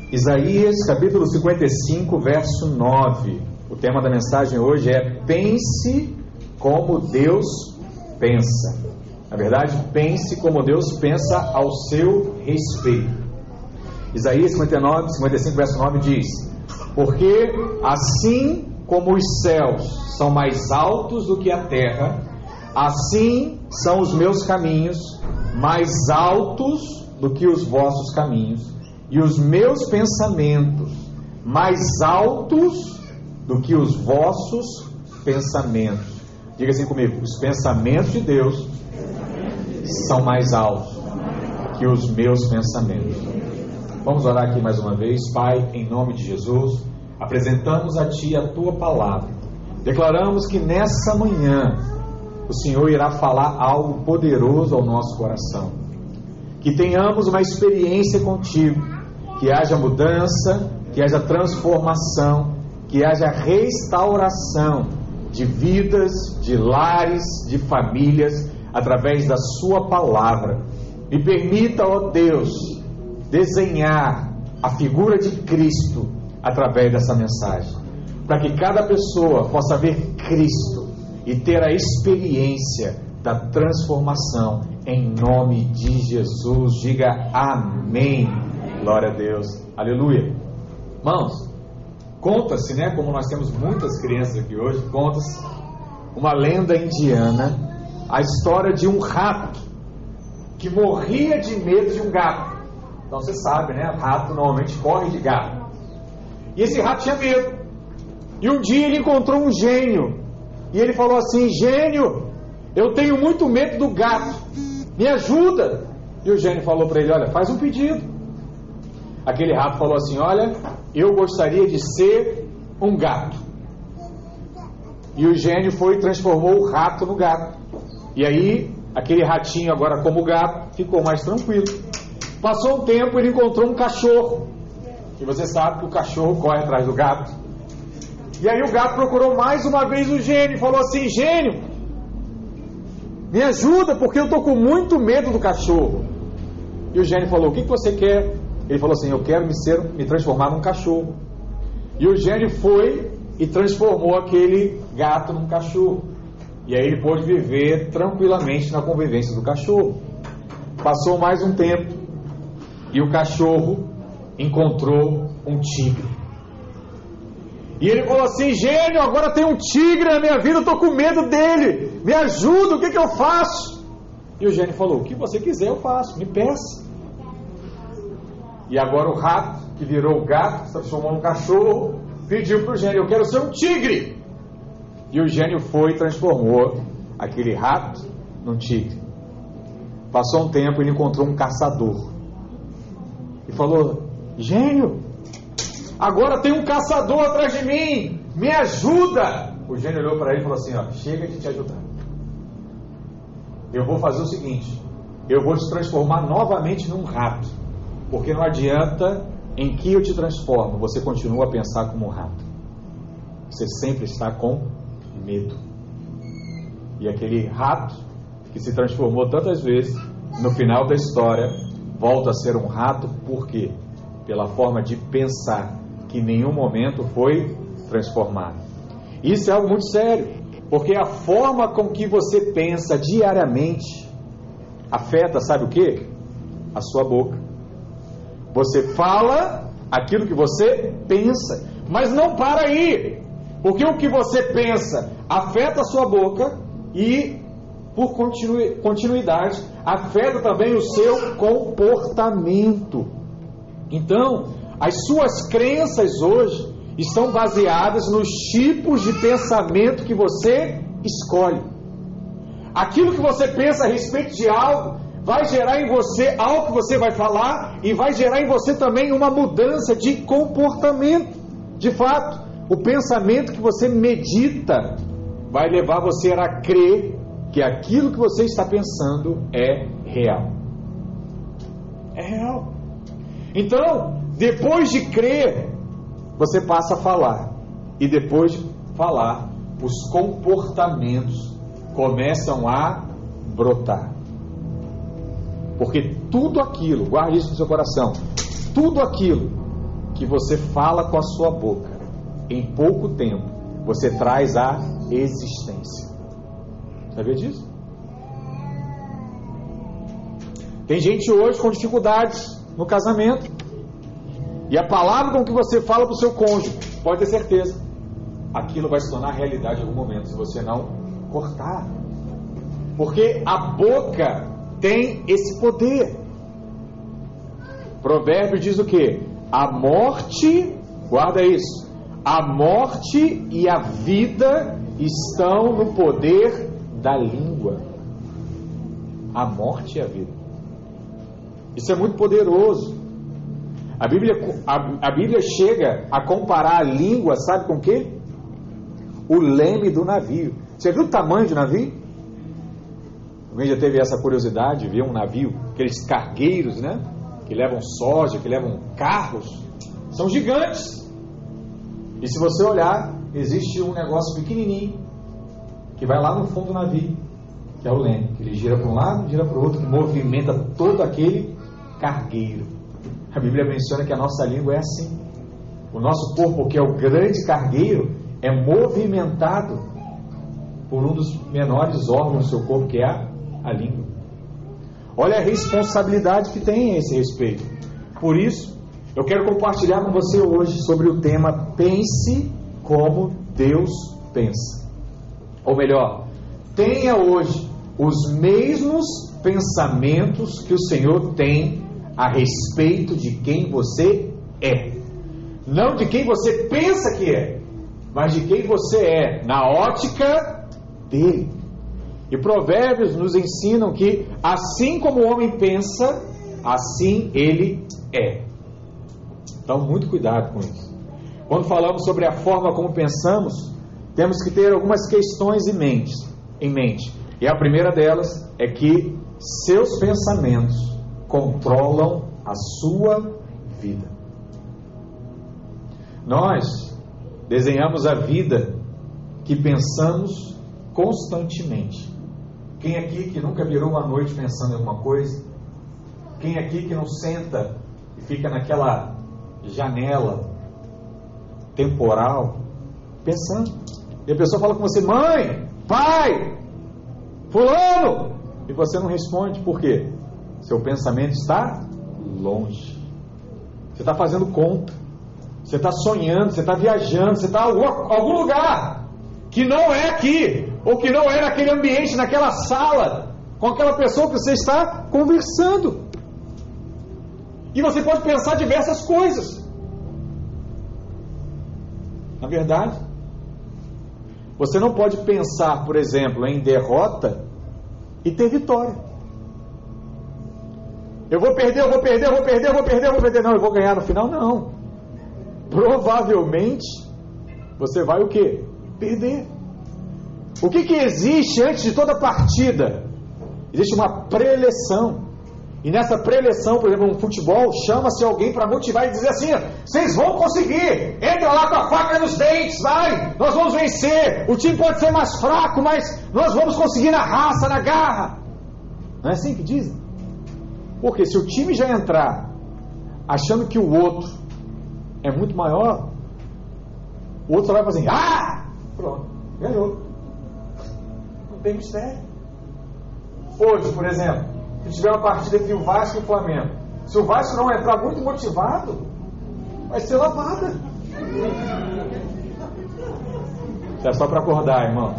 Isaías capítulo 55, verso 9. O tema da mensagem hoje é: pense como Deus pensa. Na verdade, pense como Deus pensa ao seu respeito. Isaías 55, verso 9 diz: porque assim como os céus são mais altos do que a terra, assim são os meus caminhos mais altos do que os vossos caminhos, e os meus pensamentos mais altos do que os vossos pensamentos. Diga assim comigo: os pensamentos de Deus são mais altos que os meus pensamentos. Vamos orar aqui mais uma vez. Pai, em nome de Jesus, apresentamos a Ti a Tua palavra. Declaramos que nessa manhã o Senhor irá falar algo poderoso ao nosso coração. Que tenhamos uma experiência contigo, que haja mudança, que haja transformação, que haja restauração de vidas, de lares, de famílias, através da Sua palavra. Me permita, ó Deus, desenhar a figura de Cristo através dessa mensagem, para que cada pessoa possa ver Cristo e ter a experiência da transformação, em nome de Jesus. Diga amém. Glória a Deus, aleluia. Irmãos, conta-se, né, como nós temos muitas crianças aqui hoje, conta-se uma lenda indiana, a história de um rato que morria de medo de um gato. Então você sabe, né, rato normalmente corre de gato. E esse rato tinha medo. E um dia ele encontrou um gênio, e ele falou assim: gênio, eu tenho muito medo do gato, me ajuda. E o gênio falou para ele: olha, faz um pedido. Aquele rato falou assim: olha, eu gostaria de ser um gato. E o gênio foi e transformou o rato no gato. E aí, aquele ratinho agora como gato ficou mais tranquilo. Passou um tempo, ele encontrou um cachorro. E você sabe que o cachorro corre atrás do gato. E aí o gato procurou mais uma vez o gênio e falou assim: gênio, me ajuda, porque eu estou com muito medo do cachorro. E o gênio falou: o que você quer? Ele falou assim: eu quero me transformar num cachorro. E o gênio foi e transformou aquele gato num cachorro. E aí ele pôde viver tranquilamente na convivência do cachorro. Passou mais um tempo e o cachorro encontrou um tigre. E ele falou assim: gênio, agora tem um tigre na minha vida, eu estou com medo dele, me ajuda, o que eu faço? E o gênio falou: o que você quiser eu faço, me peça. E agora o rato, que virou o gato, se transformou num cachorro, pediu para o gênio: eu quero ser um tigre. E o gênio foi e transformou aquele rato num tigre. Passou um tempo e ele encontrou um caçador. E falou: gênio, agora tem um caçador atrás de mim, me ajuda. O gênio olhou para ele e falou assim: ó, chega de te ajudar. Eu vou fazer o seguinte: eu vou te transformar novamente num rato. Porque não adianta, em que eu te transformo, você continua a pensar como um rato. Você sempre está com medo. E aquele rato que se transformou tantas vezes, no final da história, volta a ser um rato. Por quê? Pela forma de pensar, que em nenhum momento foi transformado. Isso é algo muito sério, porque a forma com que você pensa diariamente afeta, sabe o quê? A sua boca. Você fala aquilo que você pensa, mas não para aí, porque o que você pensa afeta a sua boca e, por continuidade, afeta também o seu comportamento. Então, as suas crenças hoje estão baseadas nos tipos de pensamento que você escolhe. Aquilo que você pensa a respeito de algo vai gerar em você algo que você vai falar, e vai gerar em você também uma mudança de comportamento. De fato, o pensamento que você medita vai levar você a crer que aquilo que você está pensando é real. É real. Então, depois de crer, você passa a falar. E depois de falar, os comportamentos começam a brotar. Porque tudo aquilo, guarde isso no seu coração, tudo aquilo que você fala com a sua boca, em pouco tempo, você traz a existência. Sabia disso? Tem gente hoje com dificuldades no casamento, e a palavra com que você fala para o seu cônjuge, pode ter certeza, aquilo vai se tornar realidade em algum momento, se você não cortar. Porque a boca tem esse poder. Provérbio diz o quê? A morte, guarda isso, a morte e a vida estão no poder da língua. A morte e a vida. Isso é muito poderoso. A Bíblia chega a comparar a língua, sabe com o quê? O leme do navio. Você viu o tamanho do navio? Alguém já teve essa curiosidade de ver um navio, aqueles cargueiros, né? Que levam soja, que levam carros. São gigantes. E se você olhar, existe um negócio pequenininho que vai lá no fundo do navio, que é o leme, que ele gira para um lado, gira para o outro, que movimenta todo aquele cargueiro. A Bíblia menciona que a nossa língua é assim. O nosso corpo, que é o grande cargueiro, é movimentado por um dos menores órgãos do seu corpo, que é a língua. Olha a responsabilidade que tem a esse respeito. Por isso, eu quero compartilhar com você hoje sobre o tema Pense como Deus pensa. Ou melhor, tenha hoje os mesmos pensamentos que o Senhor tem a respeito de quem você é. Não de quem você pensa que é, mas de quem você é na ótica dele. E Provérbios nos ensinam que assim como o homem pensa, assim ele é. Então, muito cuidado com isso. Quando falamos sobre a forma como pensamos, temos que ter algumas questões em mente. E a primeira delas é que seus pensamentos controlam a sua vida. Nós desenhamos a vida que pensamos constantemente. Quem aqui que nunca virou uma noite pensando em alguma coisa? Quem aqui que não senta e fica naquela janela temporal pensando? E a pessoa fala com você: mãe, pai, fulano, e você não responde. Por quê? Seu pensamento está longe. Você está fazendo conta. Você está sonhando, você está viajando, você está em algum lugar que não é aqui, ou que não é naquele ambiente, naquela sala, com aquela pessoa que você está conversando. E você pode pensar diversas coisas. Na verdade, você não pode pensar, por exemplo, em derrota e ter vitória. Eu vou perder. Não, eu vou ganhar no final. Não. Provavelmente, você vai o quê? Perder. O que existe antes de toda partida? Existe uma pré-eleção. E nessa pré-eleção, por exemplo, no futebol, chama-se alguém para motivar e dizer assim: vocês vão conseguir, entra lá com a faca nos dentes, vai, nós vamos vencer, o time pode ser mais fraco, mas nós vamos conseguir na raça, na garra. Não é assim que dizem? Porque se o time já entrar achando que o outro é muito maior, o outro só vai fazer pronto, ganhou. Não tem mistério. Hoje, por exemplo, se tiver uma partida entre o Vasco e o Flamengo, se o Vasco não entrar muito motivado, vai ser lavada. Isso é só para acordar, irmão.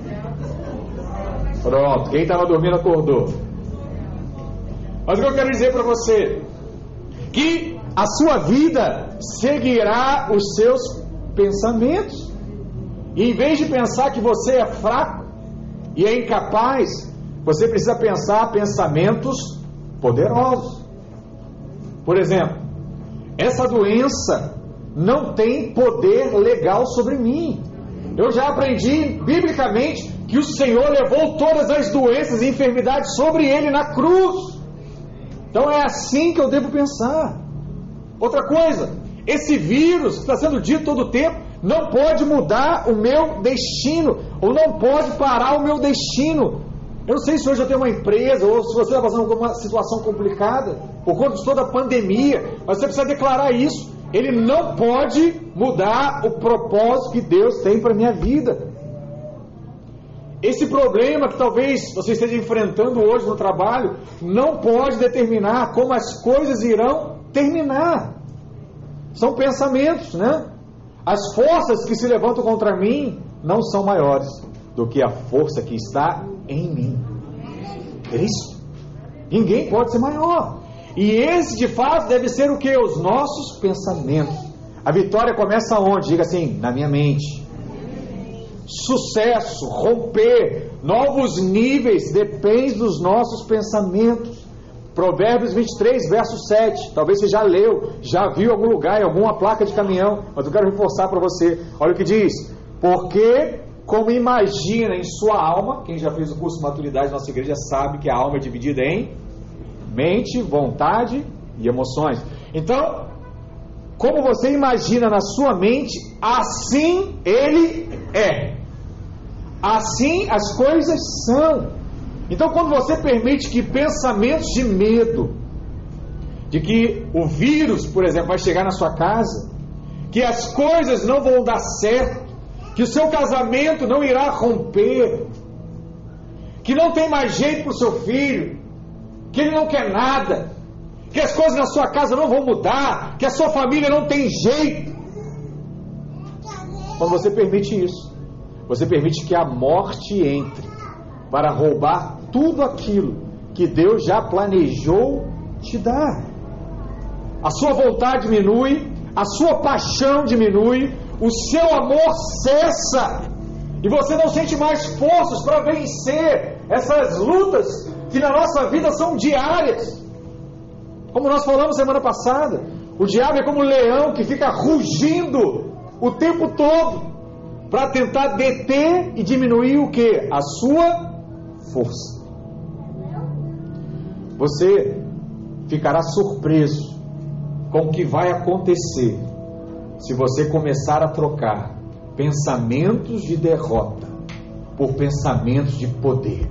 Pronto, quem estava dormindo acordou. Mas o que eu quero dizer para você, que a sua vida seguirá os seus pensamentos. E em vez de pensar que você é fraco e é incapaz, você precisa pensar pensamentos poderosos. Por exemplo, essa doença não tem poder legal sobre mim. Eu já aprendi biblicamente que o Senhor levou todas as doenças e enfermidades sobre Ele na cruz. Então é assim que eu devo pensar. Outra coisa, esse vírus que está sendo dito todo o tempo não pode mudar o meu destino, ou não pode parar o meu destino. Eu não sei se hoje eu tenho uma empresa, ou se você está passando por uma situação complicada, por conta de toda a pandemia, mas você precisa declarar isso. ele não pode mudar o propósito que Deus tem para a minha vida. Esse problema que talvez você esteja enfrentando hoje no trabalho, não pode determinar como as coisas irão terminar. São pensamentos, né? As forças que se levantam contra mim não são maiores do que a força que está em mim. Cristo. Ninguém pode ser maior. E esse de fato deve ser o que? Os nossos pensamentos. A vitória começa onde? Diga assim, na minha mente. Sucesso, romper, novos níveis, depende dos nossos pensamentos. Provérbios 23, verso 7. Talvez você já leu, já viu em algum lugar, em alguma placa de caminhão, mas eu quero reforçar para você. Olha o que diz: porque como imagina em sua alma, quem já fez o curso de maturidade da nossa igreja sabe que a alma é dividida em mente, vontade e emoções. Então, como você imagina na sua mente, assim ele é. Assim as coisas são. Então, quando você permite que pensamentos de medo, de que o vírus, por exemplo, vai chegar na sua casa, que as coisas não vão dar certo, que o seu casamento não irá romper, que não tem mais jeito para o seu filho, que ele não quer nada, que as coisas na sua casa não vão mudar, que a sua família não tem jeito. Quando você permite isso, você permite que a morte entre para roubar tudo aquilo que Deus já planejou te dar. A sua vontade diminui, a sua paixão diminui, o seu amor cessa, e você não sente mais forças para vencer essas lutas que na nossa vida são diárias. Como nós falamos semana passada, o diabo é como um leão que fica rugindo o tempo todo para tentar deter e diminuir o que? A sua força. Você ficará surpreso com o que vai acontecer se você começar a trocar pensamentos de derrota por pensamentos de poder.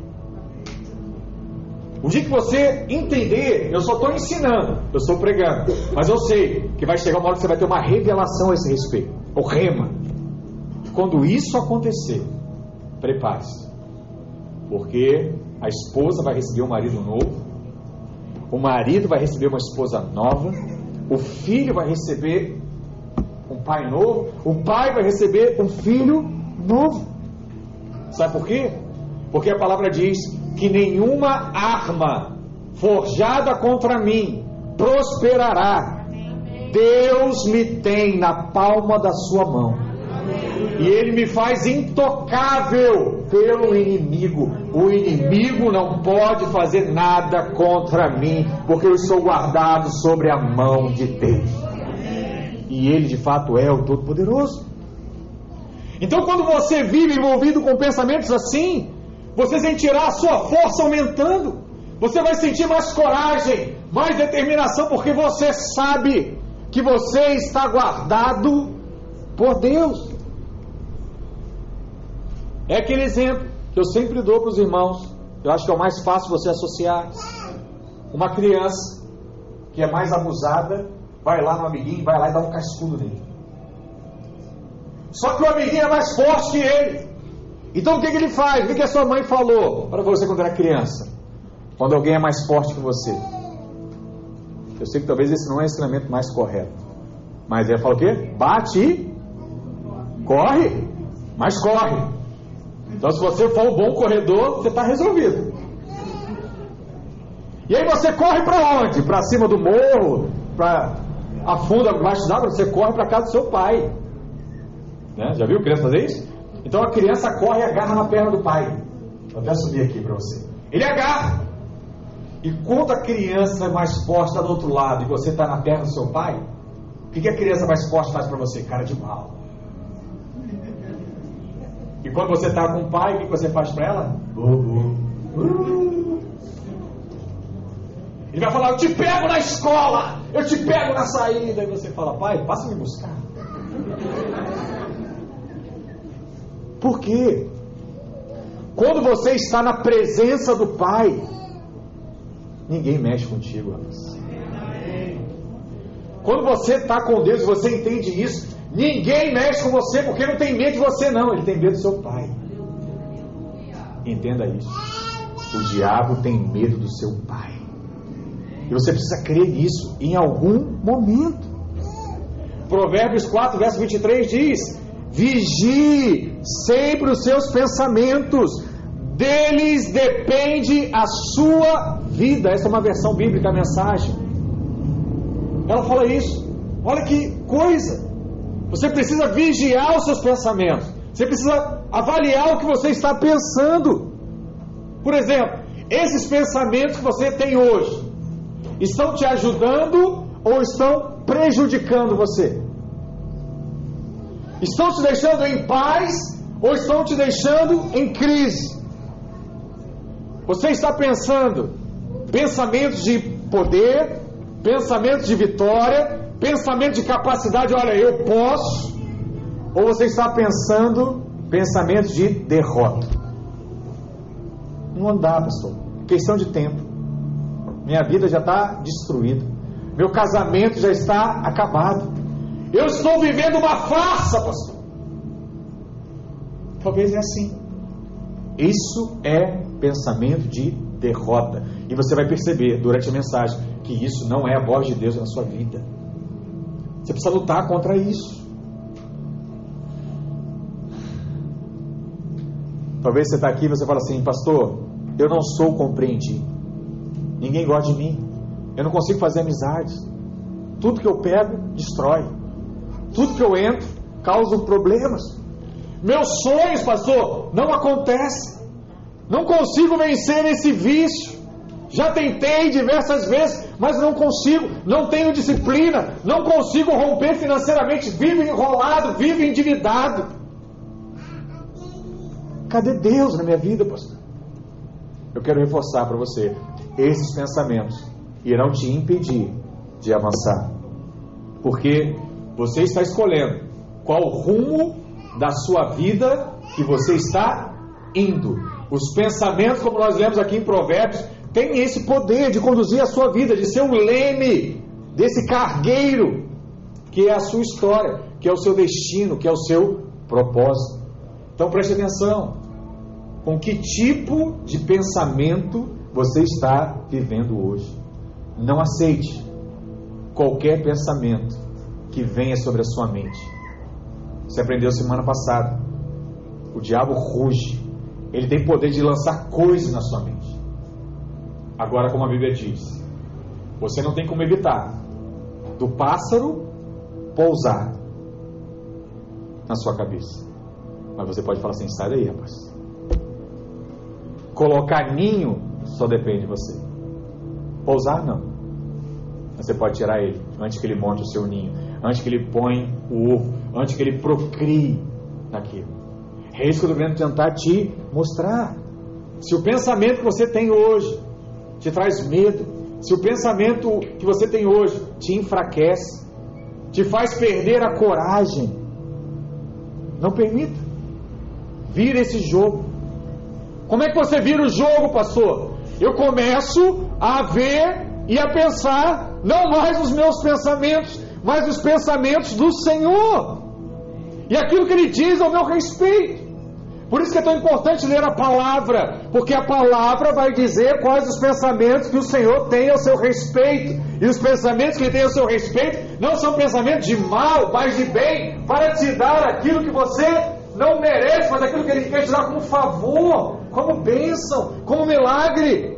O dia que você entender, eu só estou ensinando, eu estou pregando, mas eu sei que vai chegar uma hora que você vai ter uma revelação a esse respeito, o rema. Quando isso acontecer, prepare-se, porque a esposa vai receber um marido novo, o marido vai receber uma esposa nova, o filho vai receber um pai novo, o pai vai receber um filho novo. Sabe por quê? Porque a palavra diz que nenhuma arma forjada contra mim prosperará. Deus me tem na palma da sua mão. E Ele me faz intocável pelo inimigo. O inimigo não pode fazer nada contra mim, porque eu estou guardado sobre a mão de Deus. E Ele de fato é o Todo-Poderoso. Então, quando você vive envolvido com pensamentos assim, você sentirá a sua força aumentando. Você vai sentir mais coragem, mais determinação, porque você sabe que você está guardado por Deus. É aquele exemplo que eu sempre dou para os irmãos. Eu acho que é o mais fácil você associar. Uma criança que é mais abusada vai lá no amiguinho, vai lá e dá um cascudo nele. Só que o amiguinho é mais forte que ele. Então o que ele faz? O que a sua mãe falou para você quando era criança? Quando alguém é mais forte que você. Eu sei que talvez esse não é o ensinamento mais correto, mas ela fala o quê? Bate e corre, mas corre. Então, se você for um bom corredor, você está resolvido. E aí você corre para onde? Para cima do morro? Para afunda embaixo d'água? Você corre para casa do seu pai, né? Já viu criança fazer isso? Então a criança corre e agarra na perna do pai. Vou até subir aqui para você. Ele agarra. E quando a criança mais forte está do outro lado e você está na perna do seu pai, o que a criança mais forte faz para você? Cara de mal. E quando você está com o pai, o que você faz para ela? Ele vai falar: eu te pego na escola, eu te pego na saída. E você fala: pai, passa a me buscar. Por quê? Quando você está na presença do pai, ninguém mexe contigo, rapaz. Quando você está com Deus e você entende isso, ninguém mexe com você porque não tem medo de você, não. Ele tem medo do seu Pai. Entenda isso. O diabo tem medo do seu Pai. E você precisa crer nisso em algum momento. Provérbios 4, verso 23 diz: vigie sempre os seus pensamentos, deles depende a sua vida. Essa é uma versão bíblica, a mensagem. Ela fala isso. Olha que coisa. Você precisa vigiar os seus pensamentos. Você precisa avaliar o que você está pensando. Por exemplo, esses pensamentos que você tem hoje estão te ajudando ou estão prejudicando você? Estão te deixando em paz ou estão te deixando em crise? Você está pensando pensamentos de poder, pensamentos de vitória, pensamento de capacidade, olha, eu posso, ou você está pensando pensamentos de derrota? Não dá, pastor. Questão de tempo. Minha vida já está destruída. Meu casamento já está acabado. Eu estou vivendo uma farsa, pastor. Talvez é assim. Isso é pensamento de derrota. E você vai perceber durante a mensagem que isso não é a voz de Deus na sua vida. Você precisa lutar contra isso. Talvez você está aqui e você fala assim: pastor, eu não sou compreendido. Ninguém gosta de mim. Eu não consigo fazer amizades. Tudo que eu pego, destrói. Tudo que eu entro, causa problemas. Meus sonhos, pastor, não acontecem. Não consigo vencer esse vício. Já tentei diversas vezes, mas não consigo. Não tenho disciplina. Não consigo romper financeiramente. Vivo enrolado, vivo endividado. Cadê Deus na minha vida, pastor? Eu quero reforçar para você: esses pensamentos irão te impedir de avançar. Porque você está escolhendo qual rumo da sua vida que você está indo. Os pensamentos, como nós lemos aqui em Provérbios, têm esse poder de conduzir a sua vida, de ser o leme desse cargueiro que é a sua história, que é o seu destino, que é o seu propósito. Então preste atenção. Com que tipo de pensamento você está vivendo hoje? Não aceite qualquer pensamento que venha sobre a sua mente. Você aprendeu semana passada. O diabo ruge. Ele tem poder de lançar coisas na sua mente. Agora, como a Bíblia diz, você não tem como evitar do pássaro pousar na sua cabeça. Mas você pode falar assim: sai daí, rapaz. Colocar ninho só depende de você. Pousar, não. Você pode tirar ele antes que ele monte o seu ninho, antes que ele ponha o ovo, antes que ele procrie naquilo. É isso que eu estou querendo tentar te mostrar. Se o pensamento que você tem hoje te traz medo, se o pensamento que você tem hoje te enfraquece, te faz perder a coragem, não permita. Vira esse jogo. Como é que você vira o jogo, pastor? Eu começo a ver e a pensar não mais os meus pensamentos, mas os pensamentos do Senhor. E aquilo que Ele diz ao meu respeito. Por isso que é tão importante ler a palavra, porque a palavra vai dizer quais os pensamentos que o Senhor tem ao seu respeito. E os pensamentos que Ele tem ao seu respeito não são pensamentos de mal, mas de bem, para te dar aquilo que você não merece, mas aquilo que Ele quer te dar como favor, como bênção, como milagre.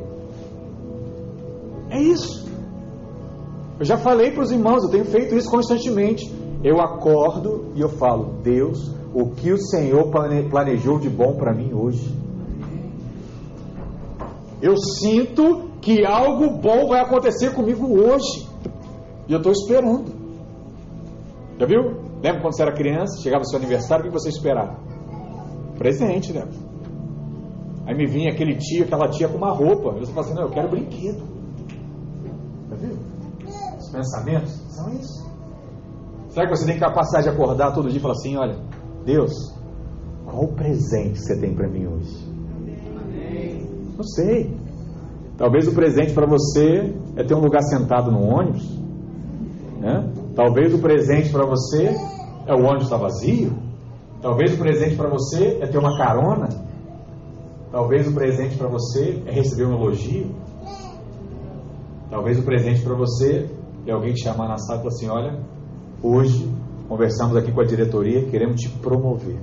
É isso. Eu já falei para os irmãos, eu tenho feito isso constantemente. Eu acordo e eu falo: Deus, o que o Senhor planejou de bom para mim hoje? Eu sinto que algo bom vai acontecer comigo hoje. E eu estou esperando. Já viu? Lembra quando você era criança, chegava o seu aniversário, o que você esperava? Presente, né? Aí me vinha aquele tio, aquela tia com uma roupa. E você fala assim: não, eu quero brinquedo. Já viu? Os pensamentos são isso. Será que você tem capacidade de acordar todo dia e falar assim: olha, Deus, qual o presente que você tem para mim hoje? Não sei. Talvez o presente para você é ter um lugar sentado no ônibus, né? Talvez o presente para você é o ônibus estar vazio. Talvez o presente para você é ter uma carona. Talvez o presente para você é receber um elogio. Talvez o presente para você é alguém te chamar na sala e falar assim: olha, hoje conversamos aqui com a diretoria, queremos te promover.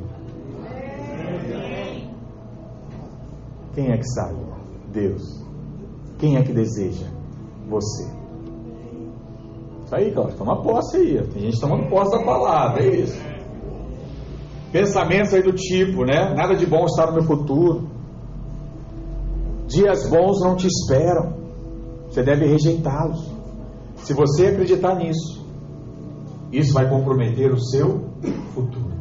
Quem é que sabe? Deus. Quem é que deseja? Você. Isso aí, Cláudio, toma posse aí. Tem gente tomando posse da palavra, é isso. Pensamentos aí do tipo, né? Nada de bom está no meu futuro. Dias bons não te esperam. Você deve rejeitá-los. Se você acreditar nisso, isso vai comprometer o seu futuro.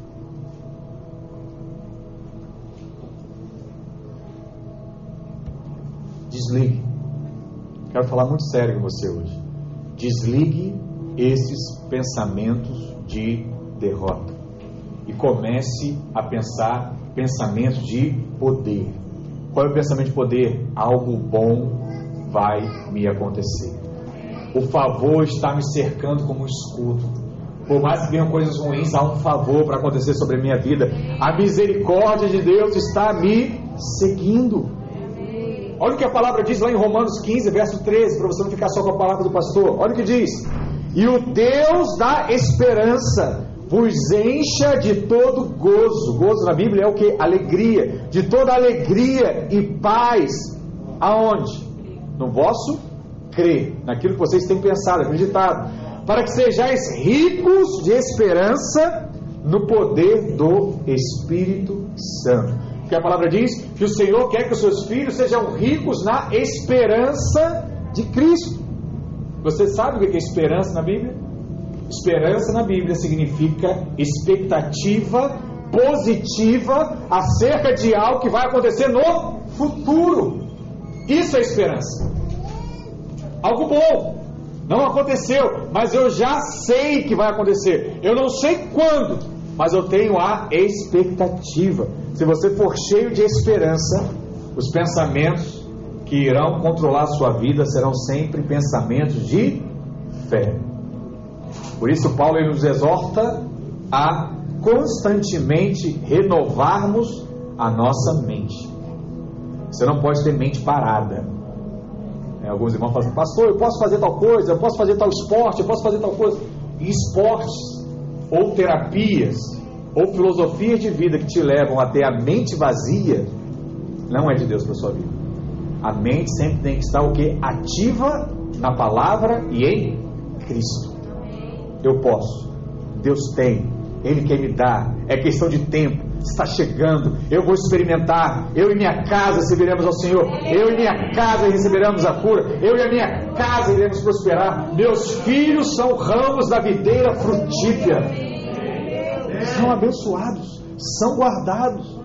Desligue. Quero falar muito sério com você hoje. Desligue esses pensamentos de derrota e comece a pensar pensamentos de poder. Qual é o pensamento de poder? Algo bom vai me acontecer. O favor está me cercando como um escudo. Por mais que venham coisas ruins, há um favor para acontecer sobre a minha vida. A misericórdia de Deus está me seguindo. Olha o que a palavra diz lá em Romanos 15, verso 13, para você não ficar só com a palavra do pastor. Olha o que diz: e o Deus da esperança vos encha de todo gozo. Gozo na Bíblia é o que? Alegria. De toda alegria e paz. Aonde? No vosso crer, naquilo que vocês têm pensado, acreditado, para que sejais ricos de esperança no poder do Espírito Santo. Porque a palavra diz que o Senhor quer que os seus filhos sejam ricos na esperança de Cristo. Você sabe o que é esperança na Bíblia? Esperança na Bíblia significa expectativa positiva acerca de algo que vai acontecer no futuro. Isso é esperança. Algo bom não aconteceu, mas eu já sei que vai acontecer. Eu não sei quando, mas eu tenho a expectativa. Se você for cheio de esperança, os pensamentos que irão controlar a sua vida serão sempre pensamentos de fé. Por isso Paulo ele nos exorta a constantemente renovarmos a nossa mente. Você não pode ter mente parada. Alguns irmãos falam assim: pastor, eu posso fazer tal coisa, eu posso fazer tal esporte, eu posso fazer tal coisa. E esportes, ou terapias, ou filosofias de vida que te levam a ter a mente vazia, não é de Deus para a sua vida. A mente sempre tem que estar o quê? Ativa na palavra e em Cristo. Eu posso, Deus tem, Ele quer me dar, é questão de tempo. Está chegando, eu vou experimentar. Eu e minha casa serviremos ao Senhor. Eu e minha casa receberemos a cura. Eu e a minha casa iremos prosperar. Meus filhos são ramos da videira frutífera. São abençoados, são guardados.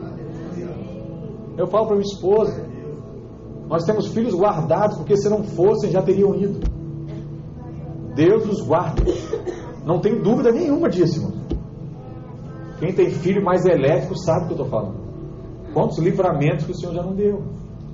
Eu falo para minha esposa: nós temos filhos guardados, porque se não fossem já teriam ido. Deus os guarda. Não tenho dúvida nenhuma disso, irmão. Quem tem filho mais elétrico sabe o que eu estou falando. Quantos livramentos que o Senhor já não deu.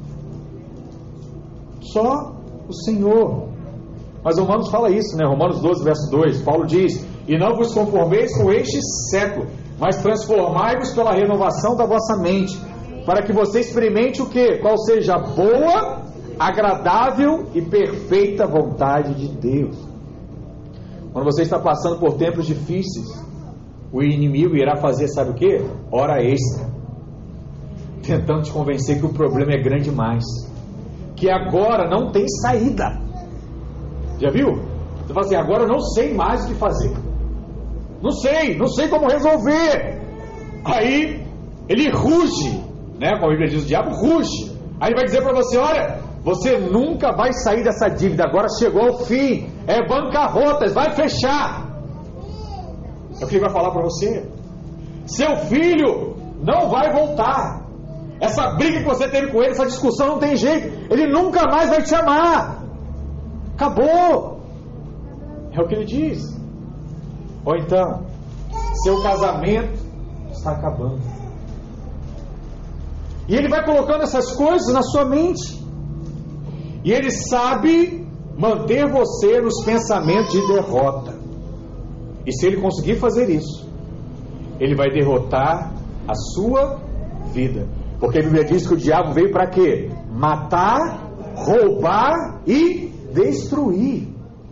Só o Senhor. Mas Romanos fala isso, né? Romanos 12, verso 2, Paulo diz: e não vos conformeis com este século, mas transformai-vos pela renovação da vossa mente, para que você experimente o quê? Qual seja a boa, agradável e perfeita vontade de Deus. Quando você está passando por tempos difíceis, o inimigo irá fazer, sabe o que? Hora extra, tentando te convencer que o problema é grande demais, que agora não tem saída. Já viu? Você fala assim: agora eu não sei mais o que fazer, não sei como resolver. Aí ele ruge, né? Como a Bíblia diz, o diabo ruge. Aí ele vai dizer para você: olha, você nunca vai sair dessa dívida, agora chegou ao fim, é bancarrotas, vai fechar. É o que ele vai falar para você. Seu filho não vai voltar. Essa briga que você teve com ele, essa discussão, não tem jeito. Ele nunca mais vai te amar. Acabou. É o que ele diz. Ou então, seu casamento está acabando. E ele vai colocando essas coisas na sua mente. E ele sabe manter você nos pensamentos de derrota. E se ele conseguir fazer isso, ele vai derrotar a sua vida. Porque a Bíblia diz que o diabo veio para quê? Matar, roubar e destruir.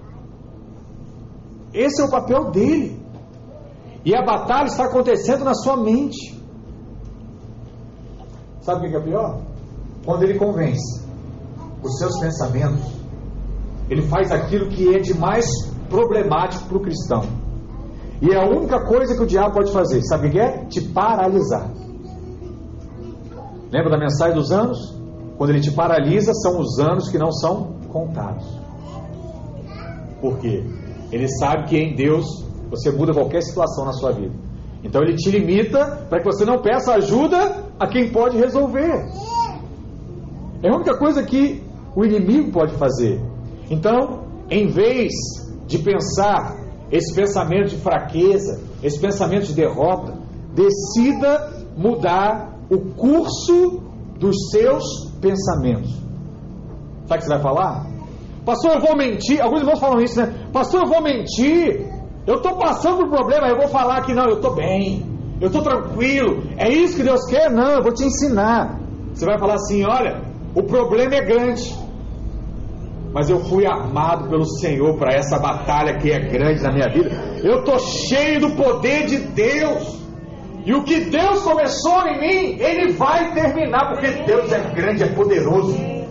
Esse é o papel dele. E a batalha está acontecendo na sua mente. Sabe o que é pior? Quando ele convence os seus pensamentos, ele faz aquilo que é de mais problemático para o cristão. E é a única coisa que o diabo pode fazer. Sabe o que é? Te paralisar. Lembra da mensagem dos anos? Quando ele te paralisa, são os anos que não são contados. Por quê? Ele sabe que em Deus você muda qualquer situação na sua vida. Então ele te limita para que você não peça ajuda a quem pode resolver. É a única coisa que o inimigo pode fazer. Então, em vez de pensar esse pensamento de fraqueza, esse pensamento de derrota, decida mudar o curso dos seus pensamentos. Sabe o que você vai falar? Pastor, eu vou mentir. Alguns irmãos falam isso, né? Pastor, eu vou mentir. Eu estou passando por problema. Eu vou falar que não, eu estou bem, eu estou tranquilo. É isso que Deus quer? Não, eu vou te ensinar. Você vai falar assim: olha, o problema é grande, mas eu fui armado pelo Senhor para essa batalha que é grande na minha vida. Eu estou cheio do poder de Deus. E o que Deus começou em mim, Ele vai terminar, porque Deus é grande, é poderoso.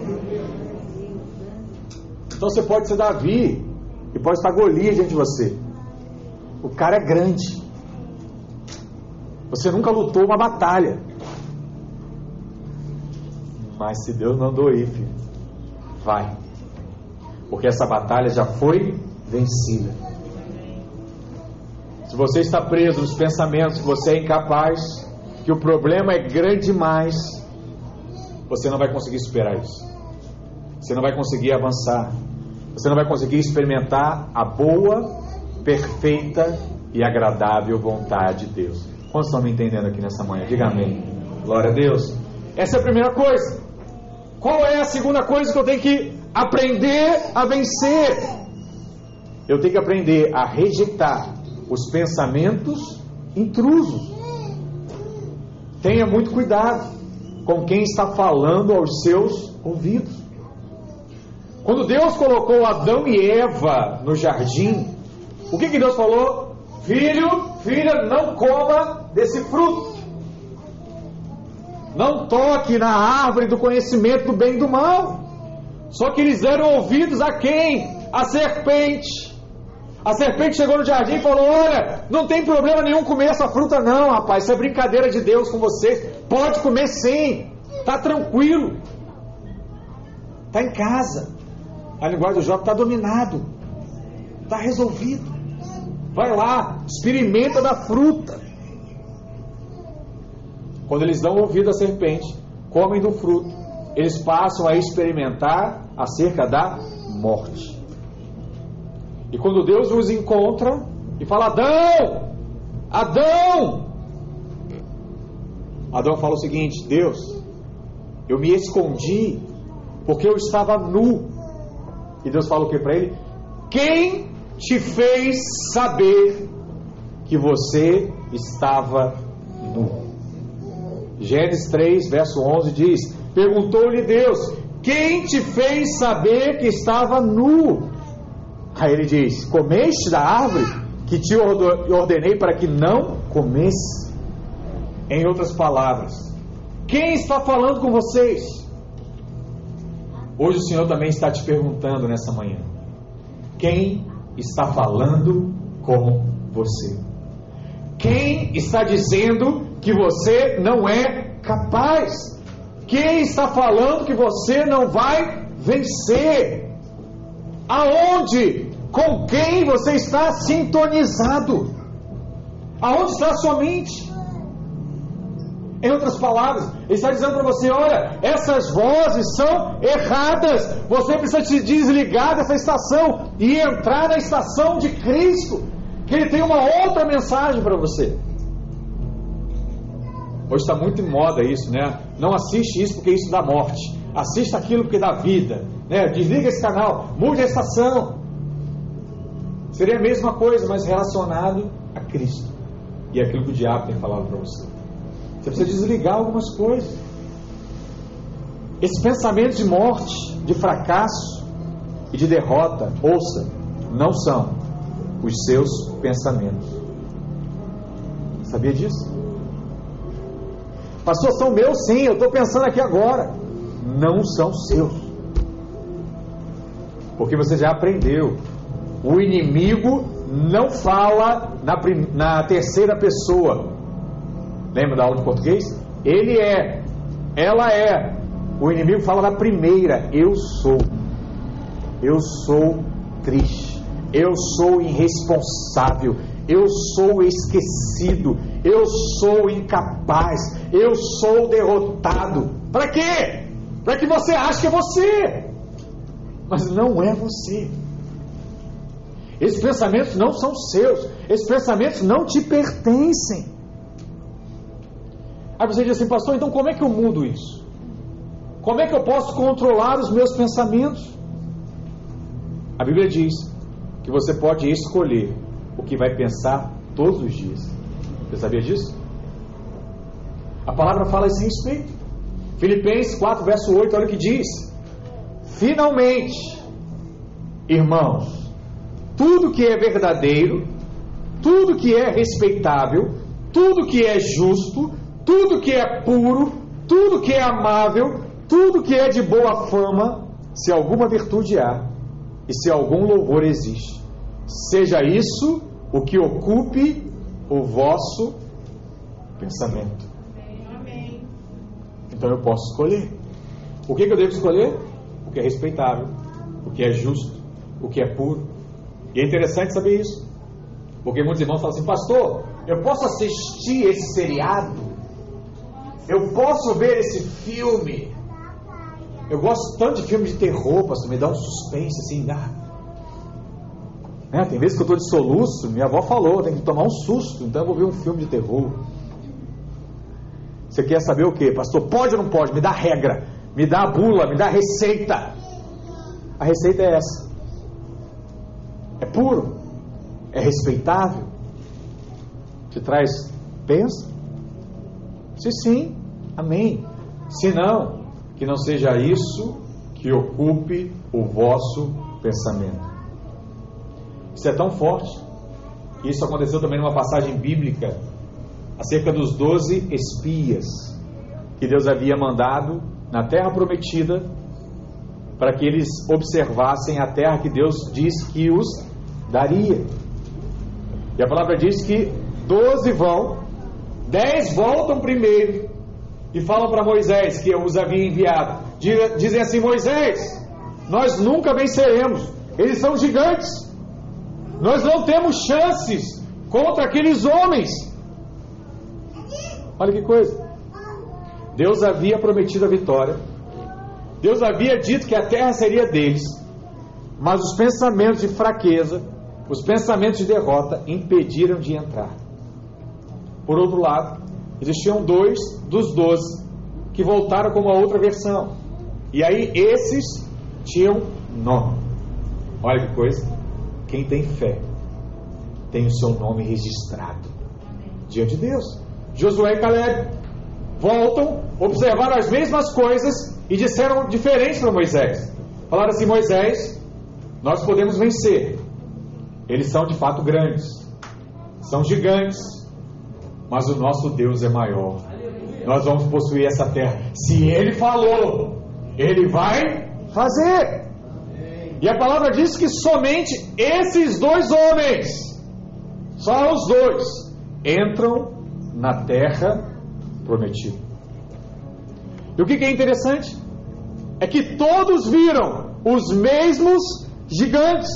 Então você pode ser Davi e pode estar Golias diante de você. O cara é grande. Você nunca lutou uma batalha. Mas se Deus mandou ir, filho, vai. Porque essa batalha já foi vencida. Se você está preso nos pensamentos que você é incapaz, que o problema é grande demais, você não vai conseguir superar isso. Você não vai conseguir avançar. Você não vai conseguir experimentar a boa, perfeita e agradável vontade de Deus. Quantos estão me entendendo aqui nessa manhã? Diga amém. Glória a Deus. Essa é a primeira coisa. Qual é a segunda coisa que eu tenho que aprender a vencer? Eu tenho que aprender a rejeitar os pensamentos intrusos. Tenha muito cuidado com quem está falando aos seus ouvidos. Quando Deus colocou Adão e Eva no jardim, o que Deus falou? Filho, filha, não coma desse fruto. Não toque na árvore do conhecimento do bem e do mal. Só que eles deram ouvidos a quem? A serpente. A serpente chegou no jardim e falou: olha, não tem problema nenhum comer essa fruta não, rapaz. Isso é brincadeira de Deus com vocês. Pode comer sim. Está tranquilo. Está em casa. A linguagem do jovem está dominado. Está resolvido. Vai lá, experimenta da fruta. Quando eles dão ouvido à serpente, comem do fruto, eles passam a experimentar acerca da morte. E quando Deus os encontra e fala: Adão, Adão, Adão fala o seguinte: Deus, eu me escondi porque eu estava nu. E Deus fala o que para ele? Quem te fez saber que você estava nu? Gênesis 3, verso 11 diz: perguntou-lhe Deus: quem te fez saber que estava nu? Aí ele diz: comeste da árvore que te ordenei para que não comesse? Em outras palavras, quem está falando com vocês? Hoje o Senhor também está te perguntando nessa manhã: quem está falando com você? Quem está dizendo que você não é capaz? Quem está falando que você não vai vencer? Aonde? Com quem você está sintonizado? Aonde está a sua mente? Em outras palavras, ele está dizendo para você: olha, essas vozes são erradas. Você precisa se desligar dessa estação e entrar na estação de Cristo, que Ele tem uma outra mensagem para você. Hoje está muito em moda isso, né? Não assiste isso porque isso dá morte. Assista aquilo porque dá vida, né? Desliga esse canal, mude a estação. Seria a mesma coisa, mas relacionado a Cristo e aquilo que o diabo tem falado para você. Você precisa desligar algumas coisas. Esses pensamentos de morte, de fracasso e de derrota, ouça, não são os seus pensamentos. Sabia disso? Pastor, são meus sim, eu estou pensando aqui agora. Não são seus. Porque você já aprendeu. O inimigo não fala na terceira pessoa. Lembra da aula de português? Ele é, ela é. O inimigo fala na primeira. Eu sou triste, eu sou irresponsável, eu sou esquecido, eu sou incapaz, eu sou derrotado. Para quê? Para que você ache que é você, mas não é você. Esses pensamentos não são seus, esses pensamentos não te pertencem. Aí você diz assim, pastor, então como é que eu mudo isso? Como é que eu posso controlar os meus pensamentos? A Bíblia diz que você pode escolher o que vai pensar todos os dias. Você sabia disso? A palavra fala a esse respeito. Filipenses 4, verso 8, olha o que diz. Finalmente, irmãos, tudo que é verdadeiro, tudo que é respeitável, tudo que é justo, tudo que é puro, tudo que é amável, tudo que é de boa fama, se alguma virtude há, e se algum louvor existe, seja isso o que ocupe o vosso pensamento. Amém. Então eu posso escolher. O que eu devo escolher? O que é respeitável, o que é justo, o que é puro. E é interessante saber isso, porque muitos irmãos falam assim, pastor, eu posso assistir esse seriado? Eu posso ver esse filme? Eu gosto tanto de filme de terror, pastor, me dá um suspense assim, tem vezes que eu estou de soluço, minha avó falou, tem que tomar um susto, então eu vou ver um filme de terror. Você quer saber o que, pastor? Pode ou não pode? Me dá regra, me dá a bula, me dá a receita. A receita é essa. É puro, é respeitável, te traz bênção? Se sim, amém. Se não, que não seja isso que ocupe o vosso pensamento. Isso é tão forte que isso aconteceu também numa passagem bíblica acerca dos 12 espias que Deus havia mandado na terra prometida para que eles observassem a terra que Deus diz que os daria. E a palavra diz que 12 vão, 10 voltam primeiro e falam para Moisés, que os havia enviado, dizem assim, Moisés, nós nunca venceremos, eles são gigantes, nós não temos chances contra aqueles homens. Olha que coisa, Deus havia prometido a vitória, Deus havia dito que a terra seria deles, mas os pensamentos de fraqueza, os pensamentos de derrota impediram de entrar. Por outro lado, existiam 2 dos 12 que voltaram com uma outra versão. E aí esses tinham nome. Olha que coisa. Quem tem fé tem o seu nome registrado diante de Deus. Josué e Caleb voltam, observaram as mesmas coisas e disseram diferentes para Moisés. Falaram assim, Moisés, nós podemos vencer. Eles são de fato grandes, são gigantes, mas o nosso Deus é maior. Nós vamos possuir essa terra. Se Ele falou, Ele vai fazer. E a palavra diz que somente esses 2 homens, só os 2, entram na terra prometida. E o que é interessante é que todos viram os mesmos gigantes.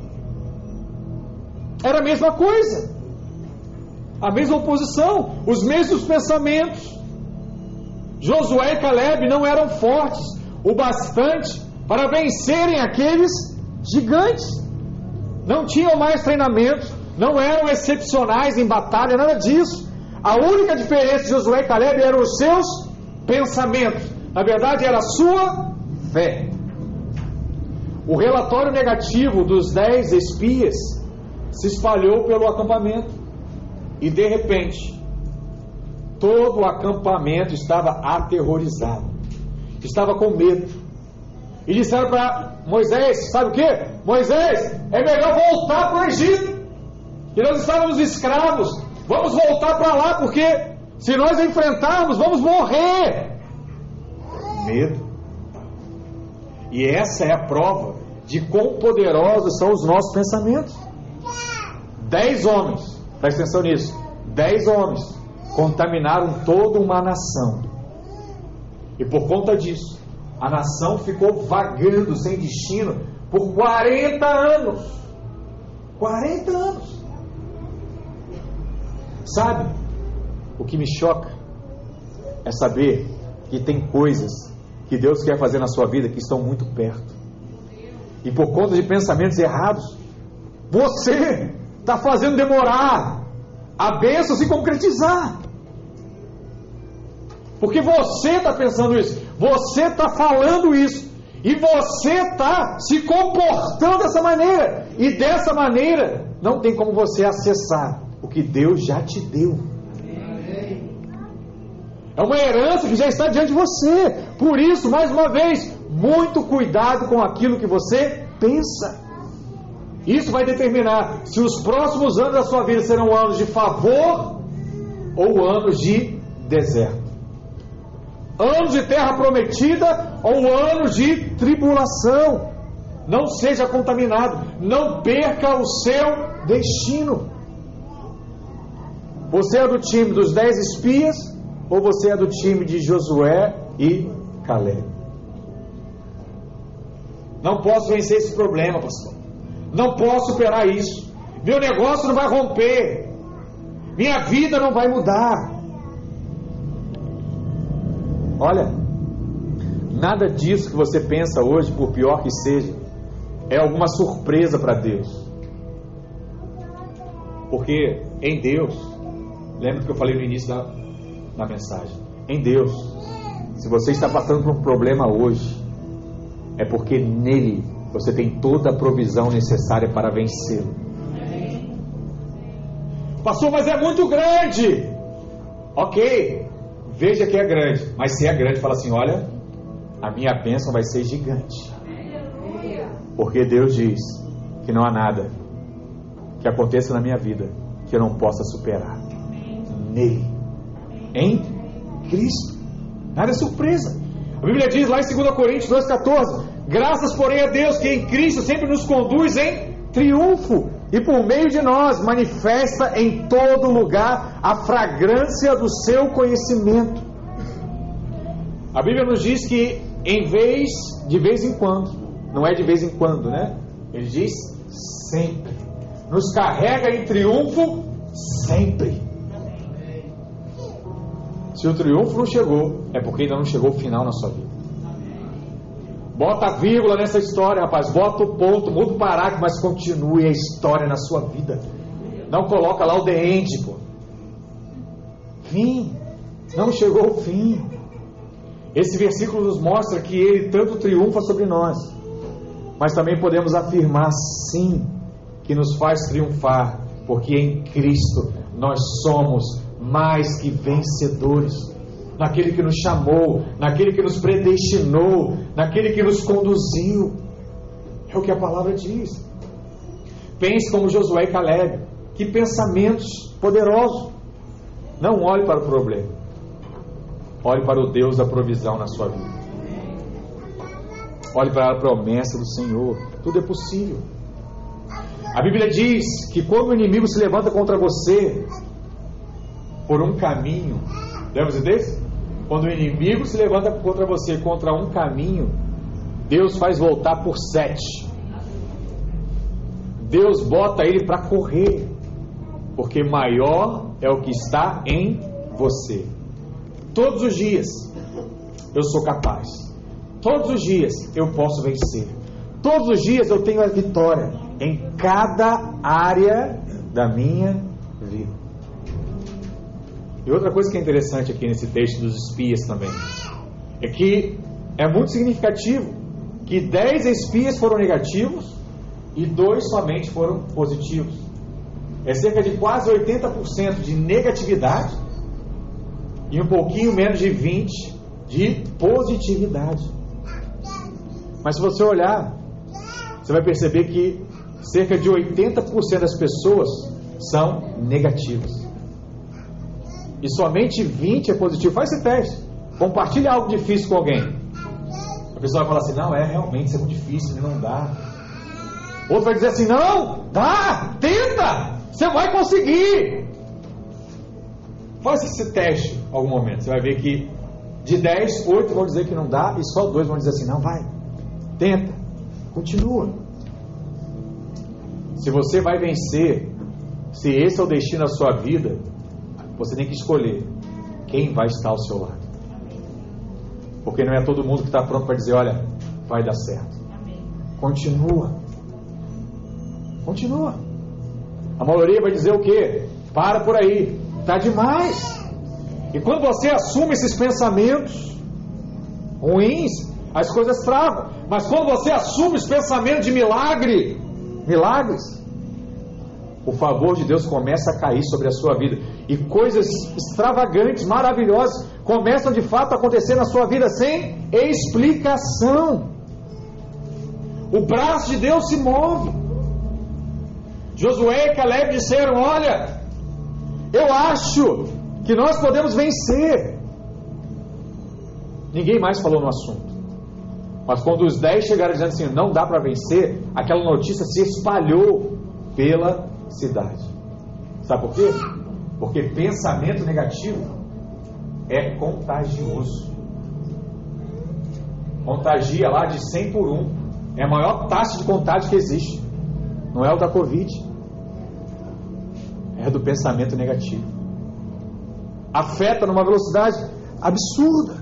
Era a mesma coisa, a mesma oposição, os mesmos pensamentos. Josué e Caleb não eram fortes o bastante para vencerem aqueles gigantes. Não tinham mais treinamento, não eram excepcionais em batalha, nada disso. A única diferença de Josué e Caleb eram os seus pensamentos. Na verdade, era a sua fé. O relatório negativo dos 10 espias se espalhou pelo acampamento. E de repente, todo o acampamento estava aterrorizado, estava com medo. E disseram para Moisés, sabe o que? Moisés, é melhor voltar para o Egito, que nós estávamos escravos. Vamos voltar para lá, porque se nós enfrentarmos, vamos morrer. Medo. E essa é a prova de quão poderosos são os nossos pensamentos. 10 homens, presta atenção nisso, 10 homens contaminaram toda uma nação. E por conta disso, a nação ficou vagando sem destino por 40 anos. 40 anos. Sabe, o que me choca é saber que tem coisas que Deus quer fazer na sua vida que estão muito perto. E por conta de pensamentos errados, você está fazendo demorar a bênção se concretizar. Porque você está pensando isso, você está falando isso, e você está se comportando dessa maneira. E dessa maneira não tem como você acessar o que Deus já te deu. É uma herança que já está diante de você. Por isso, mais uma vez, muito cuidado com aquilo que você pensa. Isso vai determinar se os próximos anos da sua vida serão anos de favor ou anos de deserto, anos de terra prometida ou anos de tribulação. Não seja contaminado, não perca o seu destino. Você é do time dos 10 espias ou você é do time de Josué e Caleb? Não posso vencer esse problema, pastor. Não posso superar isso. Meu negócio não vai romper. Minha vida não vai mudar. Olha, nada disso que você pensa hoje, por pior que seja, é alguma surpresa para Deus. Porque em Deus, lembra que eu falei no início da mensagem, em Deus, se você está passando por um problema hoje, é porque nele você tem toda a provisão necessária para vencê-lo. Pastor, mas é muito grande. Ok, veja que é grande, mas se é grande, fala assim, olha, a minha bênção vai ser gigante. Porque Deus diz que não há nada que aconteça na minha vida que eu não possa superar. Nele, em Cristo. Nada é surpresa. A Bíblia diz lá em 2 Coríntios 2,14: graças, porém, a Deus que em Cristo sempre nos conduz em triunfo e por meio de nós manifesta em todo lugar a fragrância do seu conhecimento. A Bíblia nos diz que de vez em quando, não é de vez em quando, né? Ele diz sempre, nos carrega em triunfo sempre. Se o triunfo não chegou, é porque ainda não chegou o final na sua vida. Bota a vírgula nessa história, rapaz. Bota o ponto, muda o parágrafo, mas continue a história na sua vida. Não coloca lá o the end, pô. Fim. Não chegou o fim. Esse versículo nos mostra que Ele tanto triunfa sobre nós, mas também podemos afirmar sim, que nos faz triunfar, porque em Cristo nós somos mais que vencedores. Naquele que nos chamou, naquele que nos predestinou, naquele que nos conduziu. É o que a palavra diz. Pense como Josué e Caleb. Que pensamentos poderosos. Não olhe para o problema, olhe para o Deus da provisão na sua vida. Olhe para a promessa do Senhor. Tudo é possível. A Bíblia diz que quando o inimigo se levanta contra você por um caminho, lembra-se desse? Quando o inimigo se levanta contra você contra um caminho, Deus faz voltar por 7. Deus bota ele para correr, porque maior é o que está em você. Todos os dias eu sou capaz. Todos os dias eu posso vencer. Todos os dias eu tenho a vitória em cada área da minha vida. E outra coisa que é interessante aqui nesse texto dos espias também, é que é muito significativo que 10 espias foram negativos e 2 somente foram positivos. é cerca de quase 80% de negatividade e um pouquinho menos de 20% de positividade. Mas se você olhar, você vai perceber que cerca de 80% das pessoas são negativas. E somente 20% é positivo. Faz esse teste. Compartilhe algo difícil com alguém. A pessoa vai falar assim, não, realmente isso é muito difícil, não dá. Outro vai dizer assim, não, dá, tenta, você vai conseguir. Faça esse teste em algum momento. Você vai ver que de 10, 8 vão dizer que não dá e só 2 vão dizer assim, não, vai, tenta, continua. Se você vai vencer, se esse é o destino da sua vida, você tem que escolher quem vai estar ao seu lado. Porque não é todo mundo que está pronto para dizer, olha, vai dar certo. Continua. Continua. A maioria vai dizer o quê? Para por aí, está demais. E quando você assume esses pensamentos ruins, as coisas travam. Mas quando você assume os pensamentos de milagres, o favor de Deus começa a cair sobre a sua vida. E coisas extravagantes, maravilhosas, começam de fato a acontecer na sua vida sem explicação. O braço de Deus se move. Josué e Caleb disseram, olha, eu acho que nós podemos vencer. Ninguém mais falou no assunto. Mas quando os 10 chegaram dizendo assim, não dá para vencer, aquela notícia se espalhou pela cidade. Sabe por quê? Porque pensamento negativo é contagioso. Contagia lá de 100 por 1. É a maior taxa de contágio que existe. Não é o da Covid. É do pensamento negativo. Afeta numa velocidade absurda.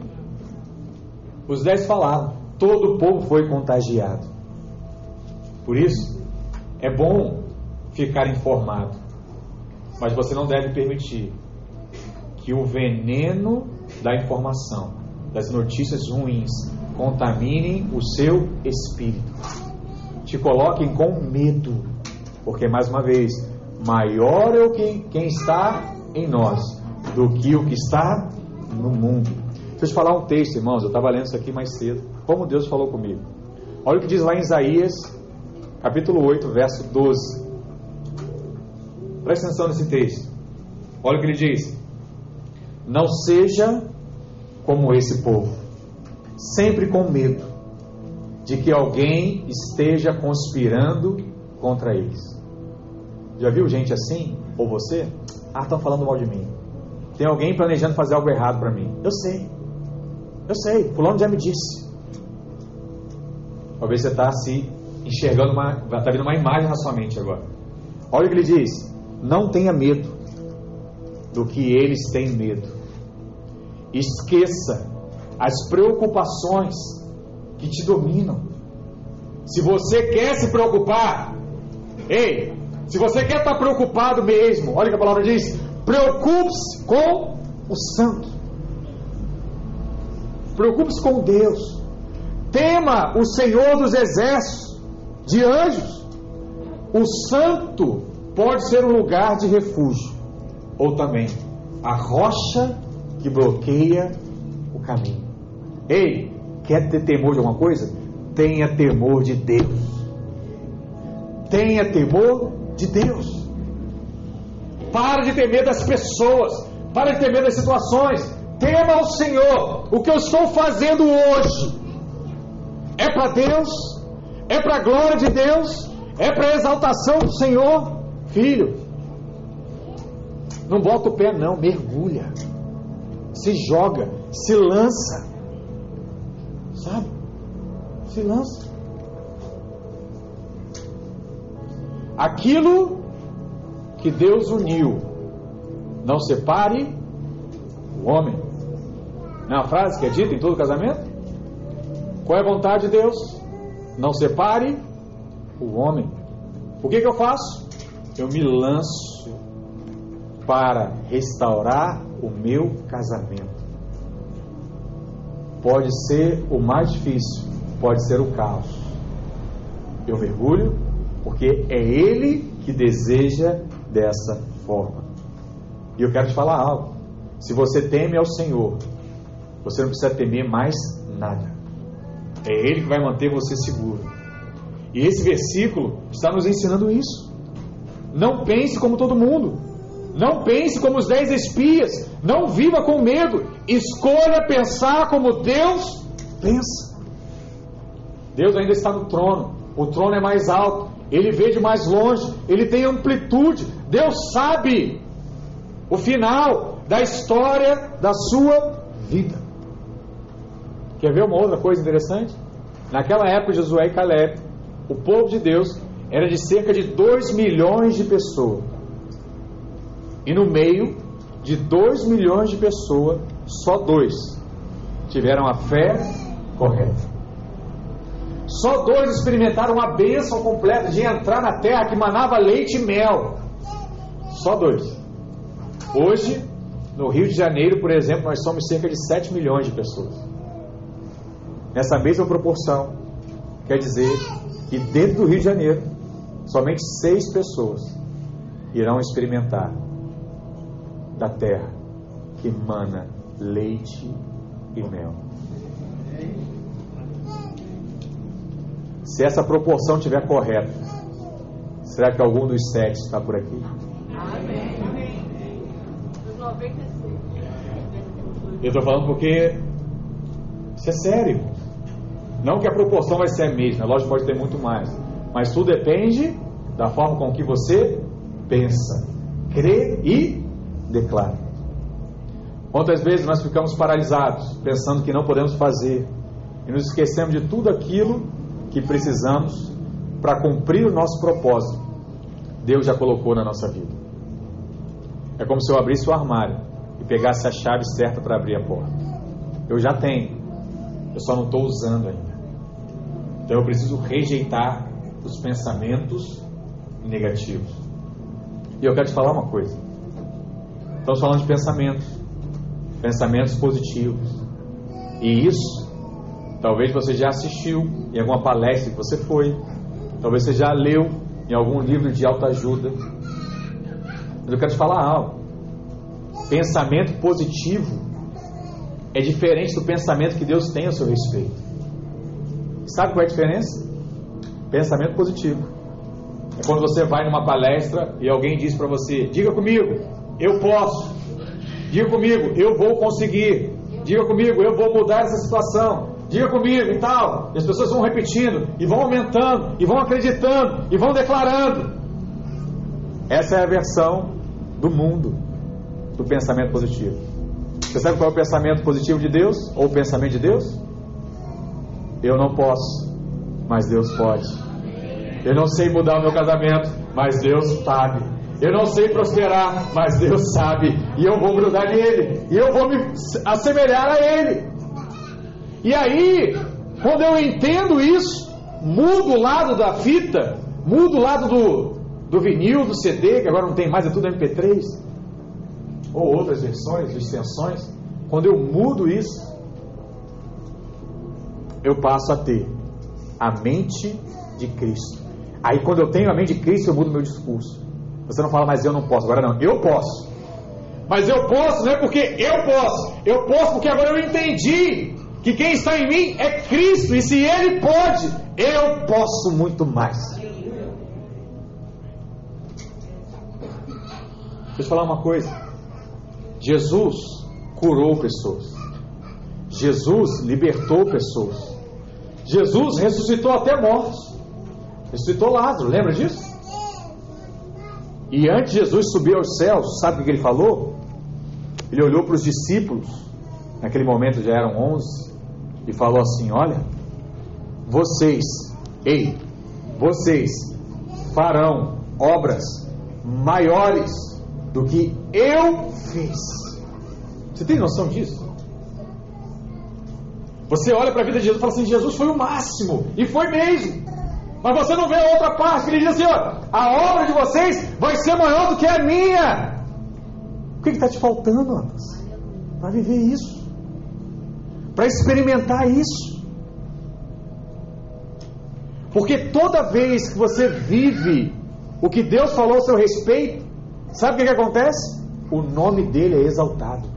Os 10 falaram. Todo o povo foi contagiado. Por isso, é bom ficar informado. Mas você não deve permitir que o veneno da informação, das notícias ruins, contaminem o seu espírito. Te coloquem com medo. Porque, mais uma vez, maior é quem está em nós do que o que está no mundo. Deixa eu te falar um texto, irmãos. Eu estava lendo isso aqui mais cedo. Como Deus falou comigo. Olha o que diz lá em Isaías, capítulo 8, verso 12. Presta atenção nesse texto. Olha o que ele diz. Não seja como esse povo, sempre com medo de que alguém esteja conspirando contra eles. Já viu gente assim? Ou você? Estão falando mal de mim. Tem alguém planejando fazer algo errado para mim. Eu sei, fulano já me disse. Talvez você está se enxergando, está vendo uma imagem na sua mente agora. Olha o que ele diz. Não tenha medo do que eles têm medo. Esqueça as preocupações que te dominam. Se você quer se preocupar, se você quer estar preocupado mesmo, olha o que a palavra diz, preocupe-se com o santo. Preocupe-se com Deus. Tema o Senhor dos exércitos, de anjos. O santo pode ser um lugar de refúgio, ou também a rocha que bloqueia o caminho. Quer ter temor de alguma coisa? Tenha temor de Deus. Tenha temor de Deus. Para de ter medo das pessoas. Para de ter medo das situações. Tema ao Senhor. O que eu estou fazendo hoje é para Deus? É para a glória de Deus? É para a exaltação do Senhor? Filho, não bota o pé não, mergulha, se joga, se lança, sabe? Se lança. Aquilo que Deus uniu, não separe o homem. Não é uma frase que é dita em todo casamento? Qual é a vontade de Deus? Não separe o homem. O que eu faço? Eu me lanço para restaurar o meu casamento. Pode ser o mais difícil, pode ser o caos. Eu mergulho, porque é Ele que deseja dessa forma. E eu quero te falar algo. Se você teme ao Senhor, você não precisa temer mais nada. É Ele que vai manter você seguro. E esse versículo está nos ensinando isso. Não pense como todo mundo. Não pense como os 10 espias. Não viva com medo. Escolha pensar como Deus pensa. Deus ainda está no trono. O trono é mais alto. Ele vê de mais longe. Ele tem amplitude. Deus sabe o final da história da sua vida. Quer ver uma outra coisa interessante? Naquela época, Josué e Caleb, o povo de Deus era de cerca de 2 milhões de pessoas. E no meio de 2 milhões de pessoas, só 2 tiveram a fé correta. Só 2 experimentaram a bênção completa de entrar na terra que manava leite e mel. Só 2. Hoje, no Rio de Janeiro, por exemplo, nós somos cerca de 7 milhões de pessoas. Nessa mesma proporção, quer dizer que dentro do Rio de Janeiro, somente 6 pessoas irão experimentar da terra que mana leite e mel. Se essa proporção estiver correta, será que algum dos 7 está por aqui? Amém. Eu estou falando porque isso é sério. Não que a proporção vai ser a mesma, lógico, pode ter muito mais, mas tudo depende da forma com que você pensa, crê e declara. Quantas vezes nós ficamos paralisados, pensando que não podemos fazer, e nos esquecemos de tudo aquilo que precisamos para cumprir o nosso propósito. Deus já colocou na nossa vida. É como se eu abrisse o armário e pegasse a chave certa para abrir a porta. Eu já tenho, eu só não estou usando ainda. Então eu preciso rejeitar os pensamentos negativos. E eu quero te falar uma coisa. Estamos falando de pensamentos positivos. E isso, talvez você já assistiu em alguma palestra que você foi, talvez você já leu em algum livro de autoajuda. Mas eu quero te falar algo. Pensamento positivo é diferente do pensamento que Deus tem a seu respeito. Sabe qual é a diferença? Pensamento positivo é quando você vai numa palestra e alguém diz para você: diga comigo, eu posso. Diga comigo, eu vou conseguir. Diga comigo, eu vou mudar essa situação. Diga comigo e tal. E as pessoas vão repetindo e vão aumentando e vão acreditando e vão declarando. Essa é a versão do mundo do pensamento positivo. Você sabe qual é o pensamento positivo de Deus? Ou o pensamento de Deus? Eu não posso, mas Deus pode. Eu não sei mudar o meu casamento, mas Deus sabe. Eu não sei prosperar, mas Deus sabe. E eu vou grudar nele. E eu vou me assemelhar a ele. E aí, quando eu entendo isso, mudo o lado da fita, mudo o lado do vinil, do CD, que agora não tem mais, é tudo MP3, ou outras versões, extensões. Quando eu mudo isso, eu passo a ter a mente de Cristo. Aí quando eu tenho a mente de Cristo, eu mudo meu discurso. Você não fala, mas eu não posso. Agora não, eu posso. Mas eu posso não é porque eu posso. Eu posso porque agora eu entendi que quem está em mim é Cristo. E se Ele pode, eu posso muito mais. Deixa eu falar uma coisa. Jesus curou pessoas. Jesus libertou pessoas. Jesus ressuscitou até mortos. Ressuscitou Lázaro, lembra disso? E antes de Jesus subir aos céus, sabe o que ele falou? Ele olhou para os discípulos, naquele momento já eram 11, e falou assim: olha, vocês farão obras maiores do que eu fiz. Você tem noção disso? Você olha para a vida de Jesus e fala assim: Jesus foi o máximo, e foi mesmo. Mas você não vê a outra parte, que ele diz assim: ó, a obra de vocês vai ser maior do que a minha. O que está te faltando, Andas? Para viver isso, para experimentar isso. Porque toda vez que você vive o que Deus falou a seu respeito, Sabe o que acontece? O nome dele é exaltado.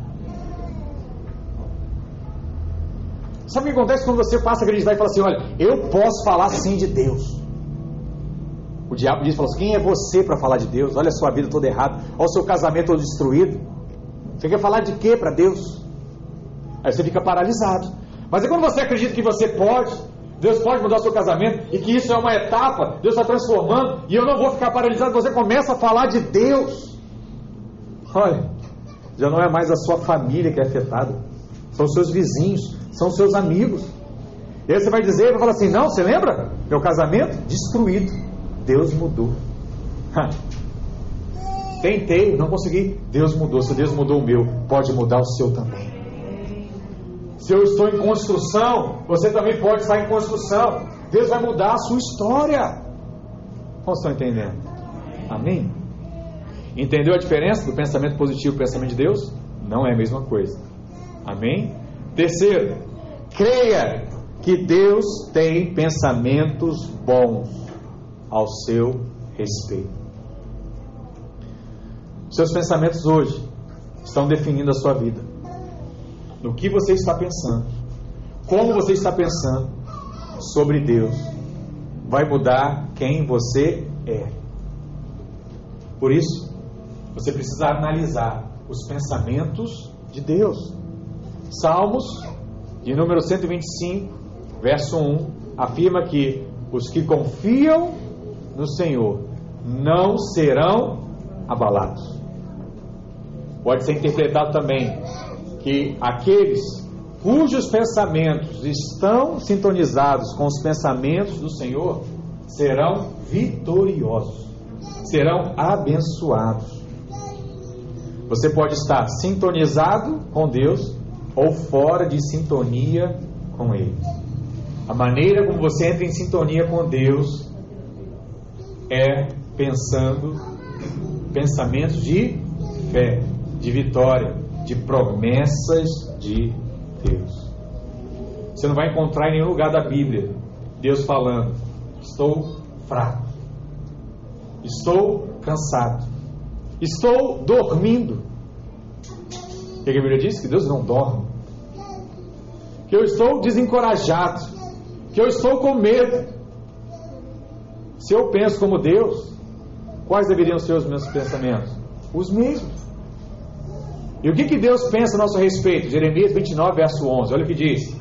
Sabe o que acontece quando você passa a acreditar e fala assim: olha, eu posso falar sim de Deus? O diabo diz, fala assim: quem é você para falar de Deus? Olha a sua vida toda errada, olha o seu casamento todo destruído. Você quer falar de quê para Deus? Aí você fica paralisado. Mas é quando você acredita que você pode, Deus pode mudar o seu casamento, e que isso é uma etapa, Deus está transformando, e eu não vou ficar paralisado, você começa a falar de Deus. Olha, já não é mais a sua família que é afetada, são os seus vizinhos, são os seus amigos. E aí você vai dizer, vai falar assim: não, você lembra? Meu casamento destruído, Deus mudou. Tentei, não consegui, Deus mudou. Se Deus mudou o meu, pode mudar o seu também. Se eu estou em construção, você também pode estar em construção. Deus vai mudar a sua história. Como estão entendendo? Amém? Entendeu a diferença do pensamento positivo e do pensamento de Deus? Não é a mesma coisa. Amém? Terceiro, creia que Deus tem pensamentos bons ao seu respeito. Seus pensamentos hoje estão definindo a sua vida. No que você está pensando, como você está pensando sobre Deus, vai mudar quem você é. Por isso, você precisa analisar os pensamentos de Deus. Salmos, de número 125, verso 1, afirma que os que confiam no Senhor não serão abalados. Pode ser interpretado também que aqueles cujos pensamentos estão sintonizados com os pensamentos do Senhor serão vitoriosos, serão abençoados. Você pode estar sintonizado com Deus ou fora de sintonia com Ele. A maneira como você entra em sintonia com Deus é pensando pensamentos de fé, de vitória, de promessas de Deus. Você não vai encontrar em nenhum lugar da Bíblia Deus falando: estou fraco, estou cansado, estou dormindo. O que a Bíblia diz? Que Deus não dorme, que eu estou desencorajado, que eu estou com medo. Se eu penso como Deus, quais deveriam ser os meus pensamentos? Os mesmos. E o que Deus pensa a nosso respeito? Jeremias 29, verso 11, olha o que diz: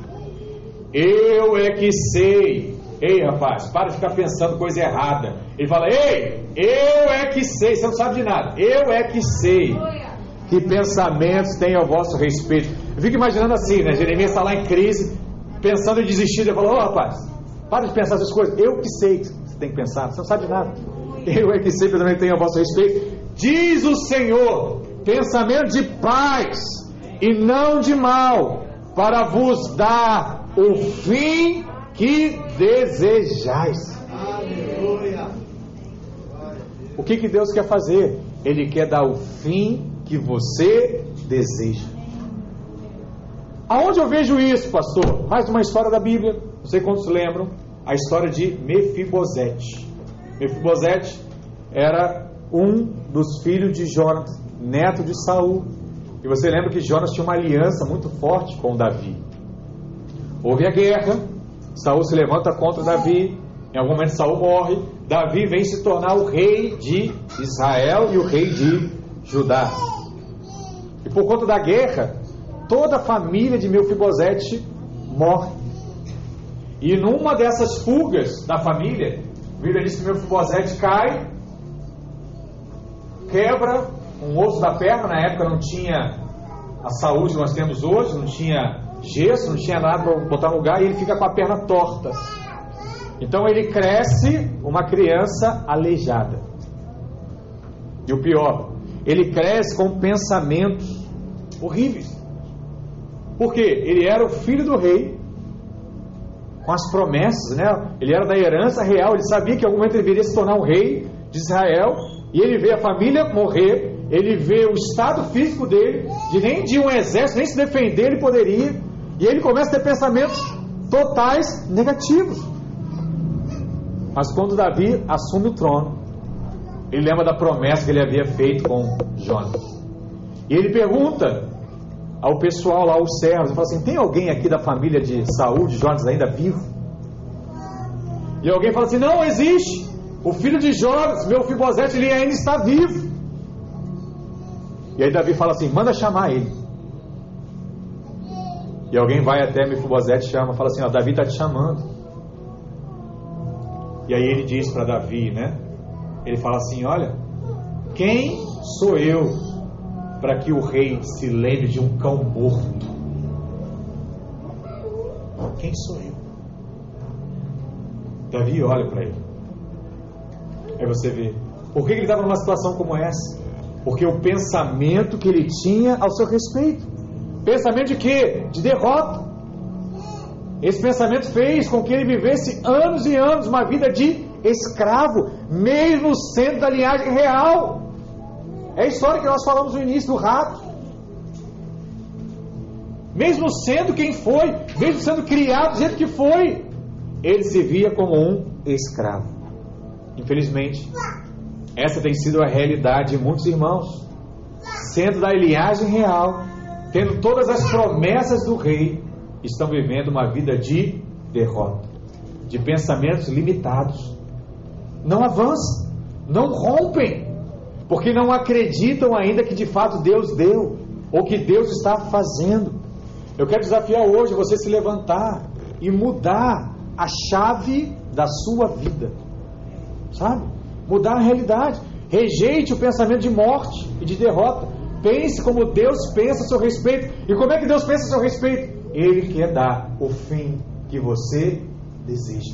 eu é que sei. Ei, rapaz, para de ficar pensando coisa errada. Ele fala: ei, eu é que sei. Você não sabe de nada. Eu é que sei que pensamentos tem ao vosso respeito. Eu fico imaginando assim, né? Jeremias está lá em crise, pensando em desistir. Ele falou: rapaz, para de pensar essas coisas. Eu que sei que você tem que pensar. Você não sabe de nada. Eu é que sei que pensamento tem ao vosso respeito. Diz o Senhor: pensamento de paz e não de mal, para vos dar o fim que desejais. O que Deus quer fazer? Ele quer dar o fim que você deseja. Aonde eu vejo isso, pastor? Mais uma história da Bíblia. Não sei quantos lembram. A história de Mefibosete. Mefibosete era um dos filhos de Jonas, neto de Saul. E você lembra que Jonas tinha uma aliança muito forte com Davi. Houve a guerra, Saul se levanta contra Davi, em algum momento Saul morre, Davi vem se tornar o rei de Israel e o rei de Judá. E por conta da guerra, toda a família de Mefibosete morre. E numa dessas fugas da família, a Bíblia diz que Mefibosete cai, quebra um osso da perna. Na época não tinha a saúde que nós temos hoje, não tinha gesso, não tinha nada para botar no lugar, e ele fica com a perna torta. Então ele cresce uma criança aleijada. E o pior, ele cresce com pensamentos horríveis. Por quê? Ele era o filho do rei, com as promessas, né? Ele era da herança real, ele sabia que em algum momento ele viria se tornar um rei de Israel, e ele vê a família morrer, ele vê o estado físico dele, nem de um exército, nem se defender ele poderia, e ele começa a ter pensamentos totais negativos. Mas quando Davi assume o trono, Ele lembra da promessa que ele havia feito com Jonas. E ele pergunta ao pessoal lá, os servos, ele fala assim: tem alguém aqui da família de Saul, de Jonas, ainda vivo? E alguém fala assim: não existe. O filho de Jonas, Mefibosete, ele ainda está vivo. E aí Davi fala assim: manda chamar ele. E alguém vai até Mefibosete, chama, fala assim: ó, Davi está te chamando. E aí ele diz para Davi, né? Ele fala assim: olha, quem sou eu para que o rei se lembre de um cão morto? Quem sou eu? Davi olha para ele. Aí você vê, por que ele estava numa situação como essa? Porque o pensamento que ele tinha ao seu respeito. Pensamento de quê? De derrota. Esse pensamento fez com que ele vivesse anos e anos uma vida de escravo, mesmo sendo da linhagem real. É a história que nós falamos no início do rato. Mesmo sendo quem foi, mesmo sendo criado do jeito que foi, ele se via como um escravo. Infelizmente, essa tem sido a realidade de muitos irmãos, sendo da linhagem real, tendo todas as promessas do rei, estão vivendo uma vida de derrota, de pensamentos limitados. Não avançam, não rompem, porque não acreditam ainda que de fato Deus deu, ou que Deus está fazendo. Eu quero desafiar hoje você se levantar e mudar a chave da sua vida, sabe? Mudar a realidade. Rejeite o pensamento de morte e de derrota. Pense como Deus pensa a seu respeito. E como é que Deus pensa a seu respeito? Ele quer dar o fim que você deseja,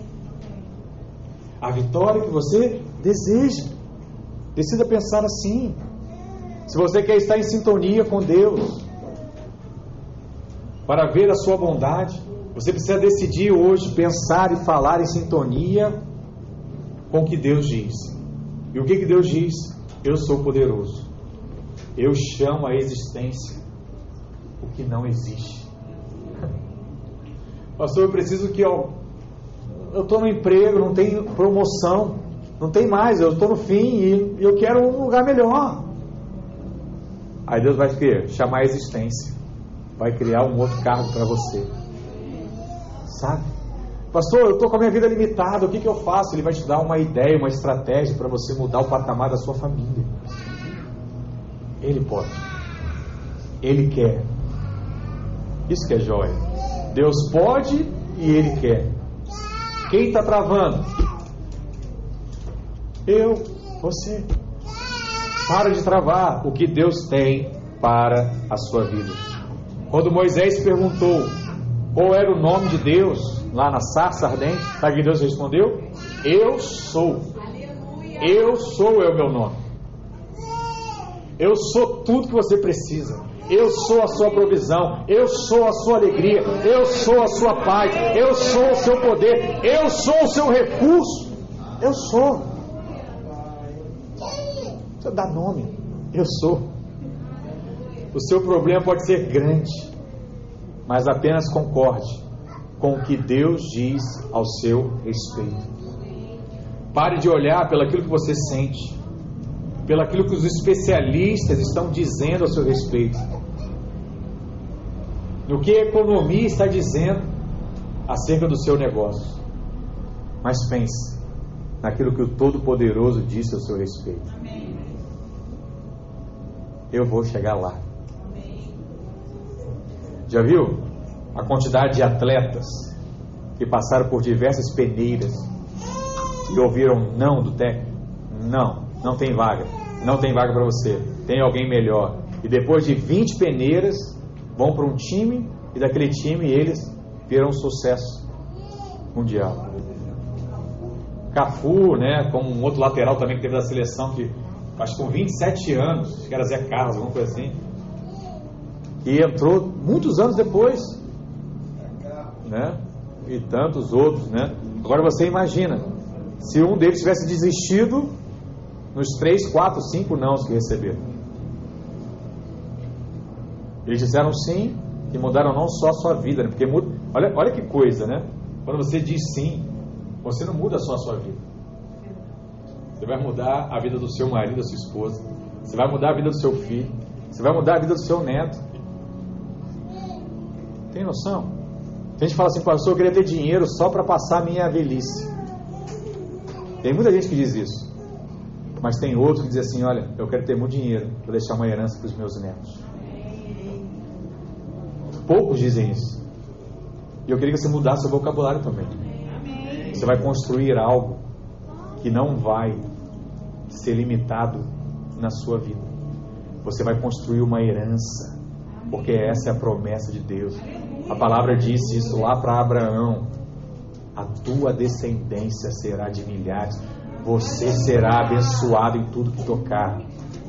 a vitória que você deseja. Decida pensar assim. Se você quer estar em sintonia com Deus, para ver a sua bondade, você precisa decidir hoje pensar e falar em sintonia com o que Deus diz. E o que Deus diz? Eu sou poderoso. Eu chamo à existência o que não existe. Pastor, eu preciso que eu estou no emprego, não tem promoção, não tem mais, eu estou no fim e eu quero um lugar melhor. Aí Deus vai chamar a existência, vai criar um outro cargo para você, sabe? Pastor, eu estou com a minha vida limitada, o que eu faço? Ele vai te dar uma ideia, uma estratégia para você mudar o patamar da sua família. Ele pode, Ele quer. Isso que é joia. Deus pode e Ele quer. Quem está travando? Eu, você. Para de travar o que Deus tem para a sua vida. Quando Moisés perguntou qual era o nome de Deus lá na sarça ardente, sabe que Deus respondeu? Eu sou. Eu sou é o meu nome. Eu sou tudo que você precisa. Eu sou a sua provisão. Eu sou a sua alegria. Eu sou a sua paz. Eu sou o seu poder. Eu sou o seu recurso. Eu sou. Você dá nome. Eu sou. O seu problema pode ser grande, mas apenas concorde com o que Deus diz ao seu respeito. Pare de olhar pelaquilo que você sente, pelaquilo que os especialistas estão dizendo a seu respeito, no que a economia está dizendo acerca do seu negócio. Mas pense naquilo que o Todo-Poderoso disse a seu respeito. Eu vou chegar lá. Já viu a quantidade de atletas que passaram por diversas peneiras e ouviram não do técnico? Não tem vaga. Não tem vaga para você. Tem alguém melhor. E depois de 20 peneiras, vão para um time e daquele time eles viram um sucesso mundial. Cafu, né, como um outro lateral também que teve da seleção, que acho que com 27 anos, acho que era Zé Carlos, alguma coisa assim, e entrou muitos anos depois, né? E tantos outros, né? Agora você imagina, se um deles tivesse desistido nos 3, 4, 5 nãos que receberam. Eles disseram sim e mudaram não só a sua vida, né? Porque muda, olha que coisa, né? Quando você diz sim, você não muda só a sua vida. Você vai mudar a vida do seu marido, da sua esposa. Você vai mudar a vida do seu filho. Você vai mudar a vida do seu neto. Tem noção? A gente fala assim, pastor, eu queria ter dinheiro só para passar a minha velhice. Tem muita gente que diz isso. Mas tem outros que dizem assim, olha, eu quero ter muito dinheiro para deixar uma herança para os meus netos. Poucos dizem isso. E eu queria que você mudasse seu vocabulário também. Você vai construir algo que não vai ser limitado na sua vida. Você vai construir uma herança, porque essa é a promessa de Deus. A palavra disse isso lá para Abraão: a tua descendência será de milhares, você será abençoado em tudo que tocar.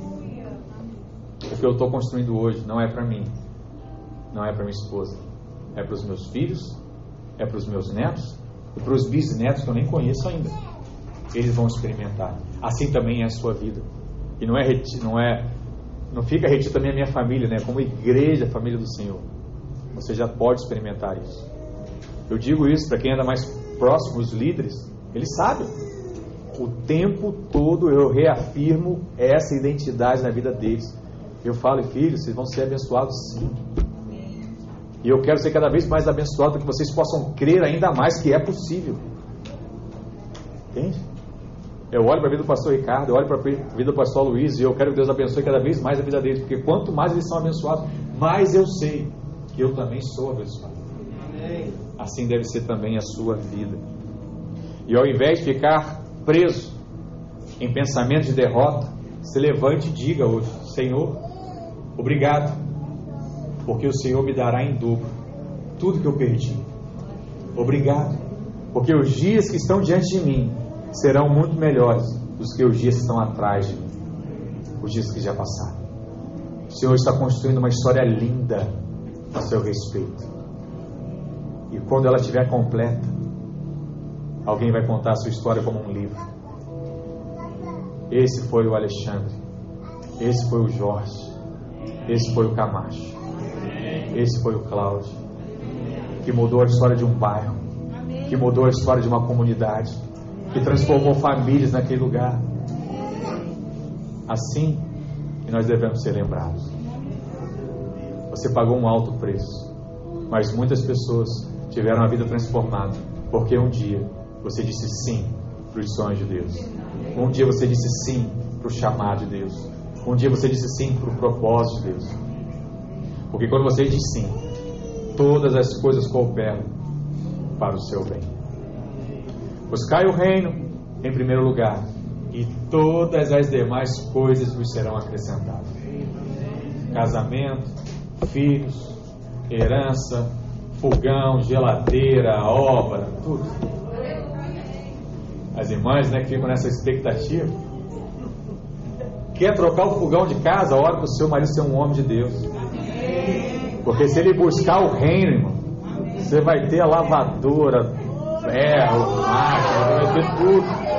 O que eu estou construindo hoje não é para mim, não é para minha esposa, é para os meus filhos, é para os meus netos e para os bisnetos que eu nem conheço ainda. Eles vão experimentar. Assim também é a sua vida. E não fica retido também a minha família, né? Como igreja, a família do Senhor. Você já pode experimentar isso. Eu digo isso para quem anda mais próximo, os líderes, eles sabem. O tempo todo eu reafirmo essa identidade na vida deles. Eu falo, filhos, vocês vão ser abençoados sim. E eu quero ser cada vez mais abençoado para que vocês possam crer ainda mais que é possível. Entende? Eu olho para a vida do pastor Ricardo, eu olho para a vida do pastor Luiz, e eu quero que Deus abençoe cada vez mais a vida deles, porque quanto mais eles são abençoados, mais eu sei que eu também sou abençoado. Amém. Assim deve ser também a sua vida. E ao invés de ficar preso em pensamento de derrota, se levante e diga hoje: Senhor, obrigado, porque o Senhor me dará em dobro tudo que eu perdi. Obrigado, porque os dias que estão diante de mim serão muito melhores do que os dias que estão atrás de mim, os dias que já passaram. O Senhor está construindo uma história linda a seu respeito, e quando ela estiver completa, alguém vai contar a sua história como um livro. Esse foi o Alexandre, esse foi o Jorge, esse foi o Camacho, esse foi o Cláudio, que mudou a história de um bairro, que mudou a história de uma comunidade, que transformou famílias naquele lugar. Assim que nós devemos ser lembrados. Você pagou um alto preço, mas muitas pessoas tiveram a vida transformada, porque um dia você disse sim para os sonhos de Deus. Um dia você disse sim para o chamado de Deus. Um dia você disse sim para o propósito de Deus. Porque quando você diz sim, todas as coisas cooperam para o seu bem. Buscai o reino em primeiro lugar, e todas as demais coisas vos serão acrescentadas. Casamento, filhos, herança, fogão, geladeira, obra, tudo. As irmãs, né, que ficam nessa expectativa. Quer trocar o fogão de casa? Ora para o seu marido ser um homem de Deus. Porque se ele buscar o reino, irmão, você vai ter a lavadora, ferro, máquina, vai ter tudo.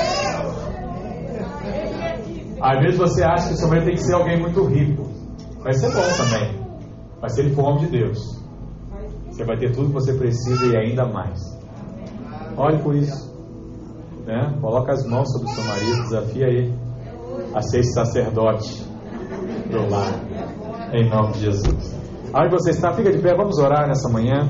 Às vezes você acha que o seu marido tem que ser alguém muito rico. Vai ser bom também. Mas se ele for homem de Deus, você vai ter tudo que você precisa e ainda mais. Olhe por isso, né? Coloca as mãos sobre o seu marido, desafia ele a ser esse sacerdote do lar, em nome de Jesus. Aonde você está, fica de pé, vamos orar nessa manhã.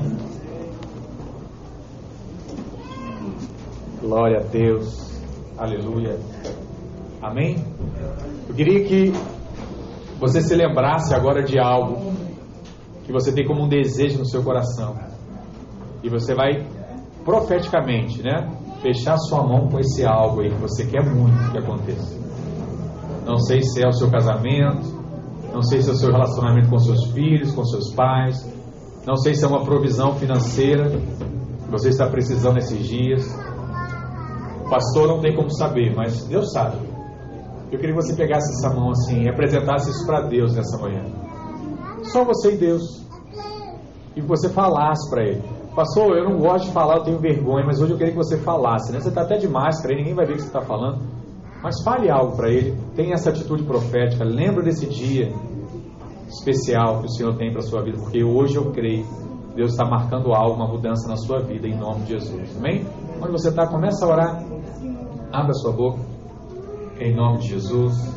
Glória a Deus, aleluia, amém. Eu queria que você se lembrasse agora de algo que você tem como um desejo no seu coração, e você vai profeticamente, né, fechar sua mão com esse algo aí que você quer muito que aconteça. Não sei se é o seu casamento, não sei se é o seu relacionamento com seus filhos, com seus pais, não sei se é uma provisão financeira que você está precisando nesses dias. O pastor não tem como saber, mas Deus sabe. Eu queria que você pegasse essa mão assim e apresentasse isso para Deus nessa manhã. Só você e Deus. E você falasse para Ele: pastor, eu não gosto de falar, eu tenho vergonha, mas hoje eu queria que você falasse, né? Você está até de máscara aí, ninguém vai ver o que você está falando, mas fale algo para Ele. Tenha essa atitude profética. Lembra desse dia especial que o Senhor tem para a sua vida, porque hoje eu creio Deus está marcando algo, uma mudança na sua vida, em nome de Jesus. Amém? Onde você está, começa a orar. Abra a sua boca. Em nome de Jesus.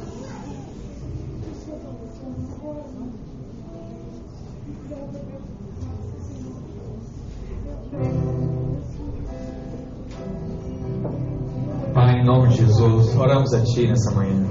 Pai, em nome de Jesus, oramos a Ti nessa manhã.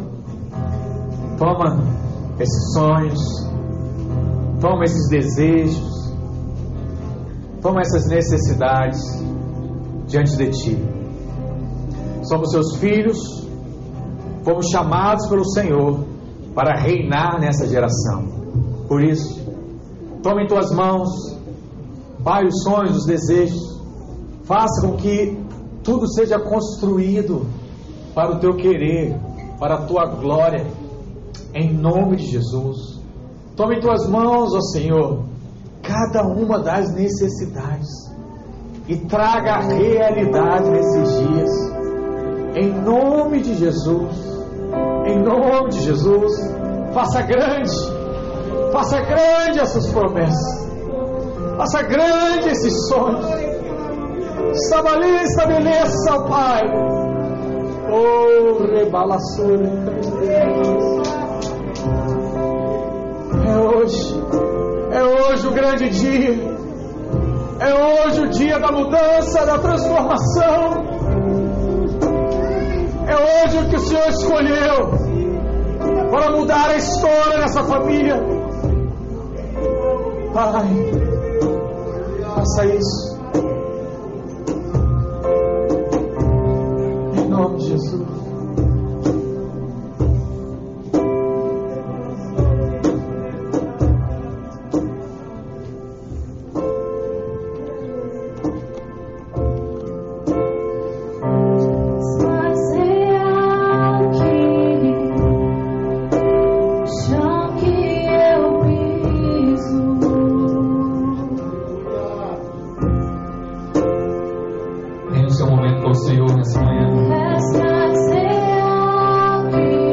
Toma esses sonhos, toma esses desejos, toma essas necessidades diante de Ti. Somos Seus filhos, fomos chamados pelo Senhor para reinar nessa geração. Por isso, toma em Tuas mãos, Pai, os sonhos, os desejos. Faça com que tudo seja construído para o Teu querer, para a Tua glória, em nome de Jesus. Tome em Tuas mãos, ó Senhor, cada uma das necessidades e traga a realidade nesses dias, em nome de Jesus. Em nome de Jesus, faça grande essas promessas, faça grande esses sonhos. Estabeleça, ó Pai. Oh, rebalaçou. É hoje o grande dia. É hoje o dia da mudança, da transformação. É hoje o que o Senhor escolheu para mudar a história dessa família. Pai, faça isso. Em nome de Jesus. Senhor nessa manhã.